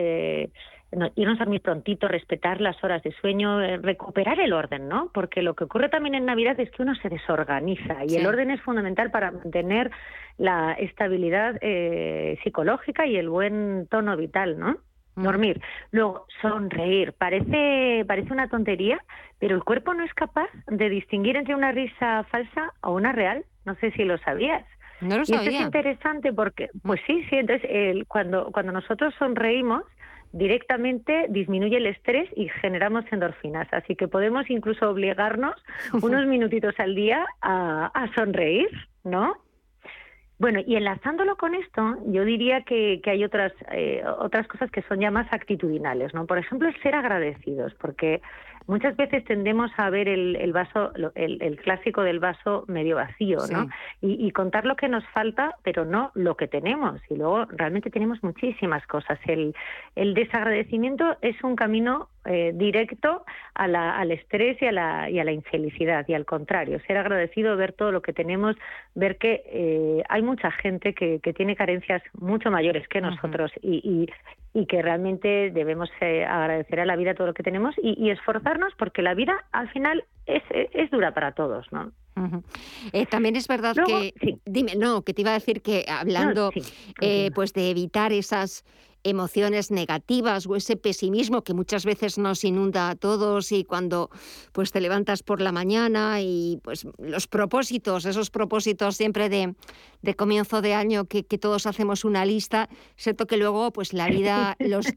J: irnos a dormir prontito, respetar las horas de sueño, recuperar el orden, ¿no? Porque lo que ocurre también en Navidad es que uno se desorganiza y el orden es fundamental para mantener la estabilidad psicológica y el buen tono vital, ¿no? Dormir. Luego, sonreír. Parece una tontería, pero el cuerpo no es capaz de distinguir entre una risa falsa o una real. No sé si lo sabías.
A: No lo sabía.
J: Y esto es interesante porque, pues sí, entonces cuando nosotros sonreímos, directamente disminuye el estrés y generamos endorfinas. Así que podemos incluso obligarnos unos minutitos al día a sonreír, ¿no? Bueno, y enlazándolo con esto, yo diría que hay otras cosas que son ya más actitudinales, ¿no? Por ejemplo, el ser agradecidos, porque muchas veces tendemos a ver el vaso, el clásico del vaso medio vacío, ¿no? Y contar lo que nos falta, pero no lo que tenemos. Y luego realmente tenemos muchísimas cosas. El desagradecimiento es un camino directo al estrés y a la infelicidad, y al contrario, ser agradecido, ver todo lo que tenemos, ver que hay mucha gente que tiene carencias mucho mayores que nosotros y que realmente debemos agradecer a la vida todo lo que tenemos y esforzarnos, porque la vida al final es dura para todos, ¿no?
A: También es verdad que que te iba a decir que hablando pues de evitar esas emociones negativas o ese pesimismo que muchas veces nos inunda a todos, y cuando pues te levantas por la mañana y pues esos propósitos siempre de comienzo de año que todos hacemos una lista, excepto que luego pues la vida,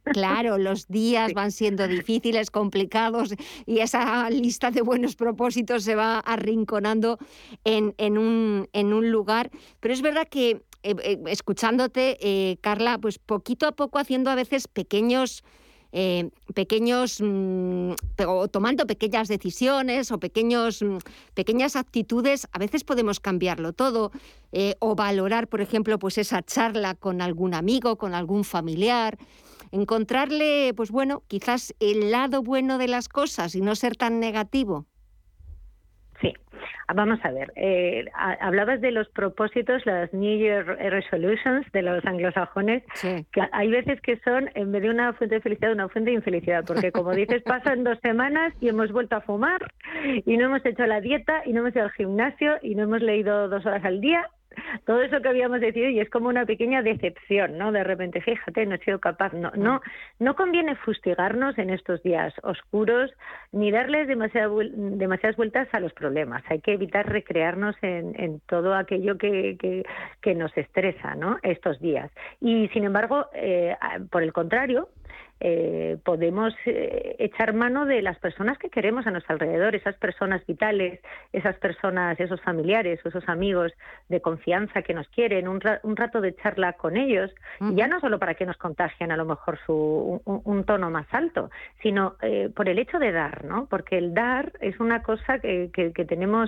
A: los días van siendo difíciles, complicados, y esa lista de buenos propósitos se va arrinconando en un lugar. Pero es verdad que escuchándote, Carla, pues poquito a poco haciendo a veces pequeños pequeños, o tomando pequeñas decisiones o pequeñas actitudes, a veces podemos cambiarlo todo, o valorar, por ejemplo, pues esa charla con algún amigo, con algún familiar, encontrarle, pues bueno, quizás el lado bueno de las cosas y no ser tan negativo.
J: Sí, vamos a ver. Hablabas de los propósitos, las New Year Resolutions de los anglosajones, sí, que hay veces que son, en vez de una fuente de felicidad, una fuente de infelicidad, porque como dices, pasan 2 semanas y hemos vuelto a fumar y no hemos hecho la dieta y no hemos ido al gimnasio y no hemos leído 2 horas al día. Todo eso que habíamos decidido, y es como una pequeña decepción, ¿no? De repente, fíjate, no he sido capaz. No conviene fustigarnos en estos días oscuros ni darles demasiadas vueltas a los problemas. Hay que evitar recrearnos en todo aquello que nos estresa, ¿no? Estos días. Y sin embargo, por el contrario, podemos echar mano de las personas que queremos a nuestro alrededor, esas personas vitales, esas personas, esos familiares o esos amigos de confianza que nos quieren, un rato de charla con ellos, y ya no solo para que nos contagien a lo mejor un tono más alto, sino por el hecho de dar, ¿no? Porque el dar es una cosa que tenemos,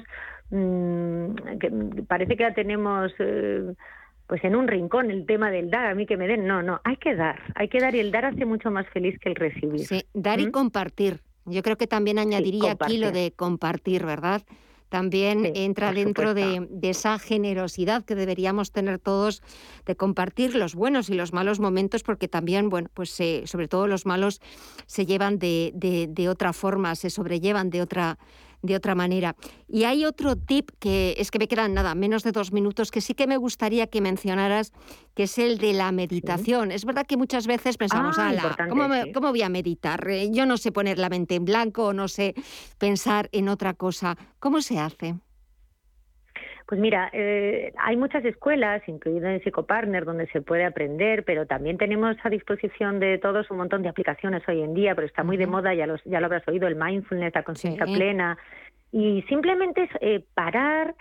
J: que parece que la tenemos... pues en un rincón, el tema del dar, a mí que me den, no, hay que dar, y el dar hace mucho más feliz que el recibir.
A: Sí, dar y compartir. Yo creo que también añadiría aquí lo de compartir, ¿verdad? También entra dentro de esa generosidad que deberíamos tener todos, de compartir los buenos y los malos momentos, porque también, bueno, pues sobre todo los malos se llevan de otra forma, se sobrellevan de otra manera. Y hay otro tip que es que me quedan menos de 2 minutos, que sí que me gustaría que mencionaras, que es el de la meditación. Es verdad que muchas veces pensamos, ¿cómo voy a meditar? Yo no sé poner la mente en blanco, no sé pensar en otra cosa. ¿Cómo se hace?
J: Pues mira, hay muchas escuelas, incluido en Psicopartner, donde se puede aprender, pero también tenemos a disposición de todos un montón de aplicaciones hoy en día, pero está muy de moda, ya lo habrás oído, el mindfulness, la conciencia plena. Y simplemente es parar.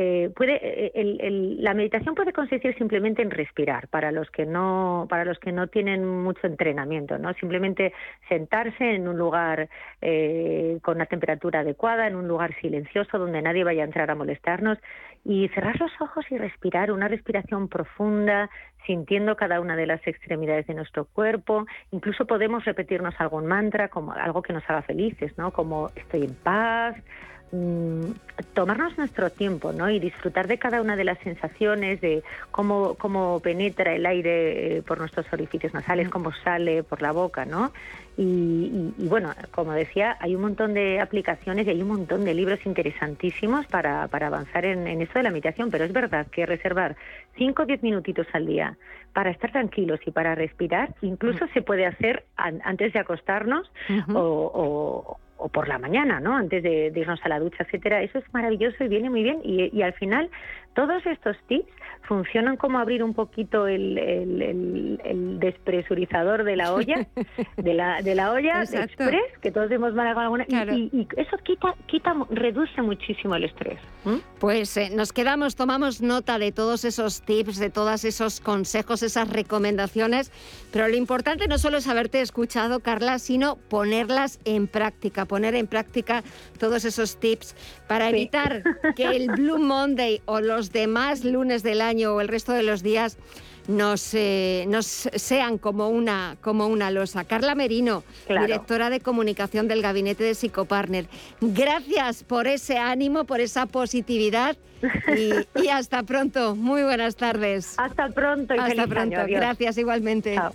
J: La meditación puede consistir simplemente en respirar para los que no tienen mucho entrenamiento, ¿no? Simplemente sentarse en un lugar con una temperatura adecuada, en un lugar silencioso donde nadie vaya a entrar a molestarnos, y cerrar los ojos y respirar, una respiración profunda, sintiendo cada una de las extremidades de nuestro cuerpo. Incluso podemos repetirnos algún mantra, como algo que nos haga felices, ¿no? Como estoy en paz. Tomarnos nuestro tiempo, ¿no? Y disfrutar de cada una de las sensaciones, de cómo penetra el aire por nuestros orificios nasales, cómo sale por la boca, ¿no? Y bueno, como decía, hay un montón de aplicaciones y hay un montón de libros interesantísimos para avanzar en esto de la meditación, pero es verdad que reservar 5 o 10 minutitos al día para estar tranquilos y para respirar, incluso se puede hacer antes de acostarnos o por la mañana, ¿no? Antes de irnos a la ducha, etcétera. Eso es maravilloso y viene muy bien. Y al final, todos estos tips funcionan como abrir un poquito el despresurizador de la olla, de la olla de express, que todos hemos mal con alguna, claro. y eso reduce muchísimo el estrés.
A: Pues nos tomamos nota de todos esos tips, de todos esos consejos, esas recomendaciones, pero lo importante no solo es haberte escuchado, Carla, sino ponerlas en práctica, poner en práctica todos esos tips para evitar que el Blue Monday o los demás lunes del año o el resto de los días nos sean como una losa. Carla Merino, directora de comunicación del Gabinete de Psicopartner. Gracias por ese ánimo, por esa positividad y hasta pronto. Muy buenas tardes.
J: Hasta pronto y
A: hasta
J: feliz
A: pronto.
J: año.
A: Gracias igualmente.
J: Chao.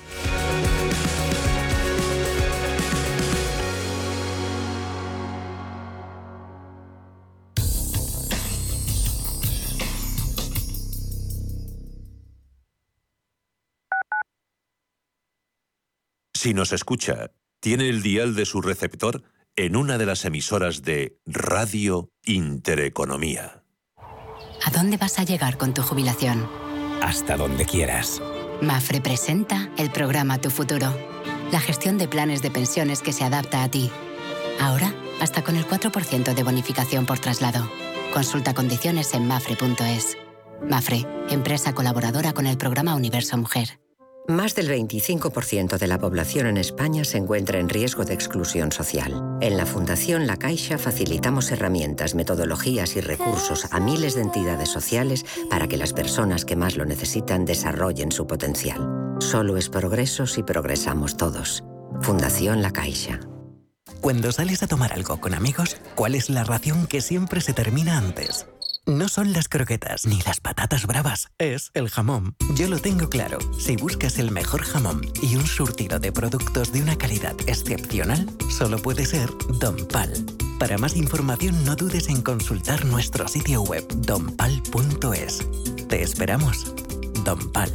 I: Si nos escucha, tiene el dial de su receptor en una de las emisoras de Radio Intereconomía.
K: ¿A dónde vas a llegar con tu jubilación?
L: Hasta donde quieras.
K: Mapfre presenta el programa Tu Futuro, la gestión de planes de pensiones que se adapta a ti. Ahora, hasta con el 4% de bonificación por traslado. Consulta condiciones en mapfre.es. Mapfre, empresa colaboradora con el programa Universo Mujer.
C: Más del 25% de la población en España se encuentra en riesgo de exclusión social. En la Fundación La Caixa facilitamos herramientas, metodologías y recursos a miles de entidades sociales para que las personas que más lo necesitan desarrollen su potencial. Solo es progreso si progresamos todos. Fundación La Caixa.
N: Cuando sales a tomar algo con amigos, ¿cuál es la ración que siempre se termina antes? No son las croquetas ni las patatas bravas, es el jamón. Yo lo tengo claro. Si buscas el mejor jamón y un surtido de productos de una calidad excepcional, solo puede ser Don Pal. Para más información no dudes en consultar nuestro sitio web donpal.es. Te esperamos. Don Pal.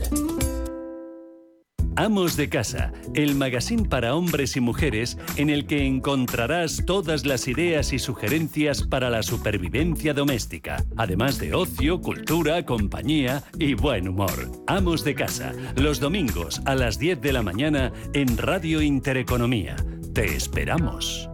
B: Amos de Casa, el magazín para hombres y mujeres en el que encontrarás todas las ideas y sugerencias para la supervivencia doméstica, además de ocio, cultura, compañía y buen humor. Amos de Casa, los domingos a las 10 de la mañana en Radio Intereconomía. Te esperamos.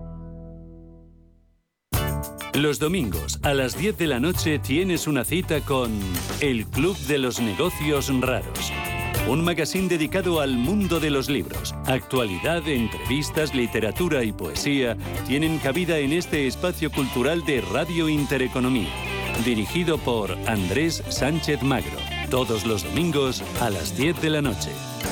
B: Los domingos a las 10 de la noche tienes una cita con El Club de los Negocios Raros. Un magazín dedicado al mundo de los libros. Actualidad, entrevistas, literatura y poesía tienen cabida en este espacio cultural de Radio Intereconomía. Dirigido por Andrés Sánchez Magro. Todos los domingos a las 10 de la noche.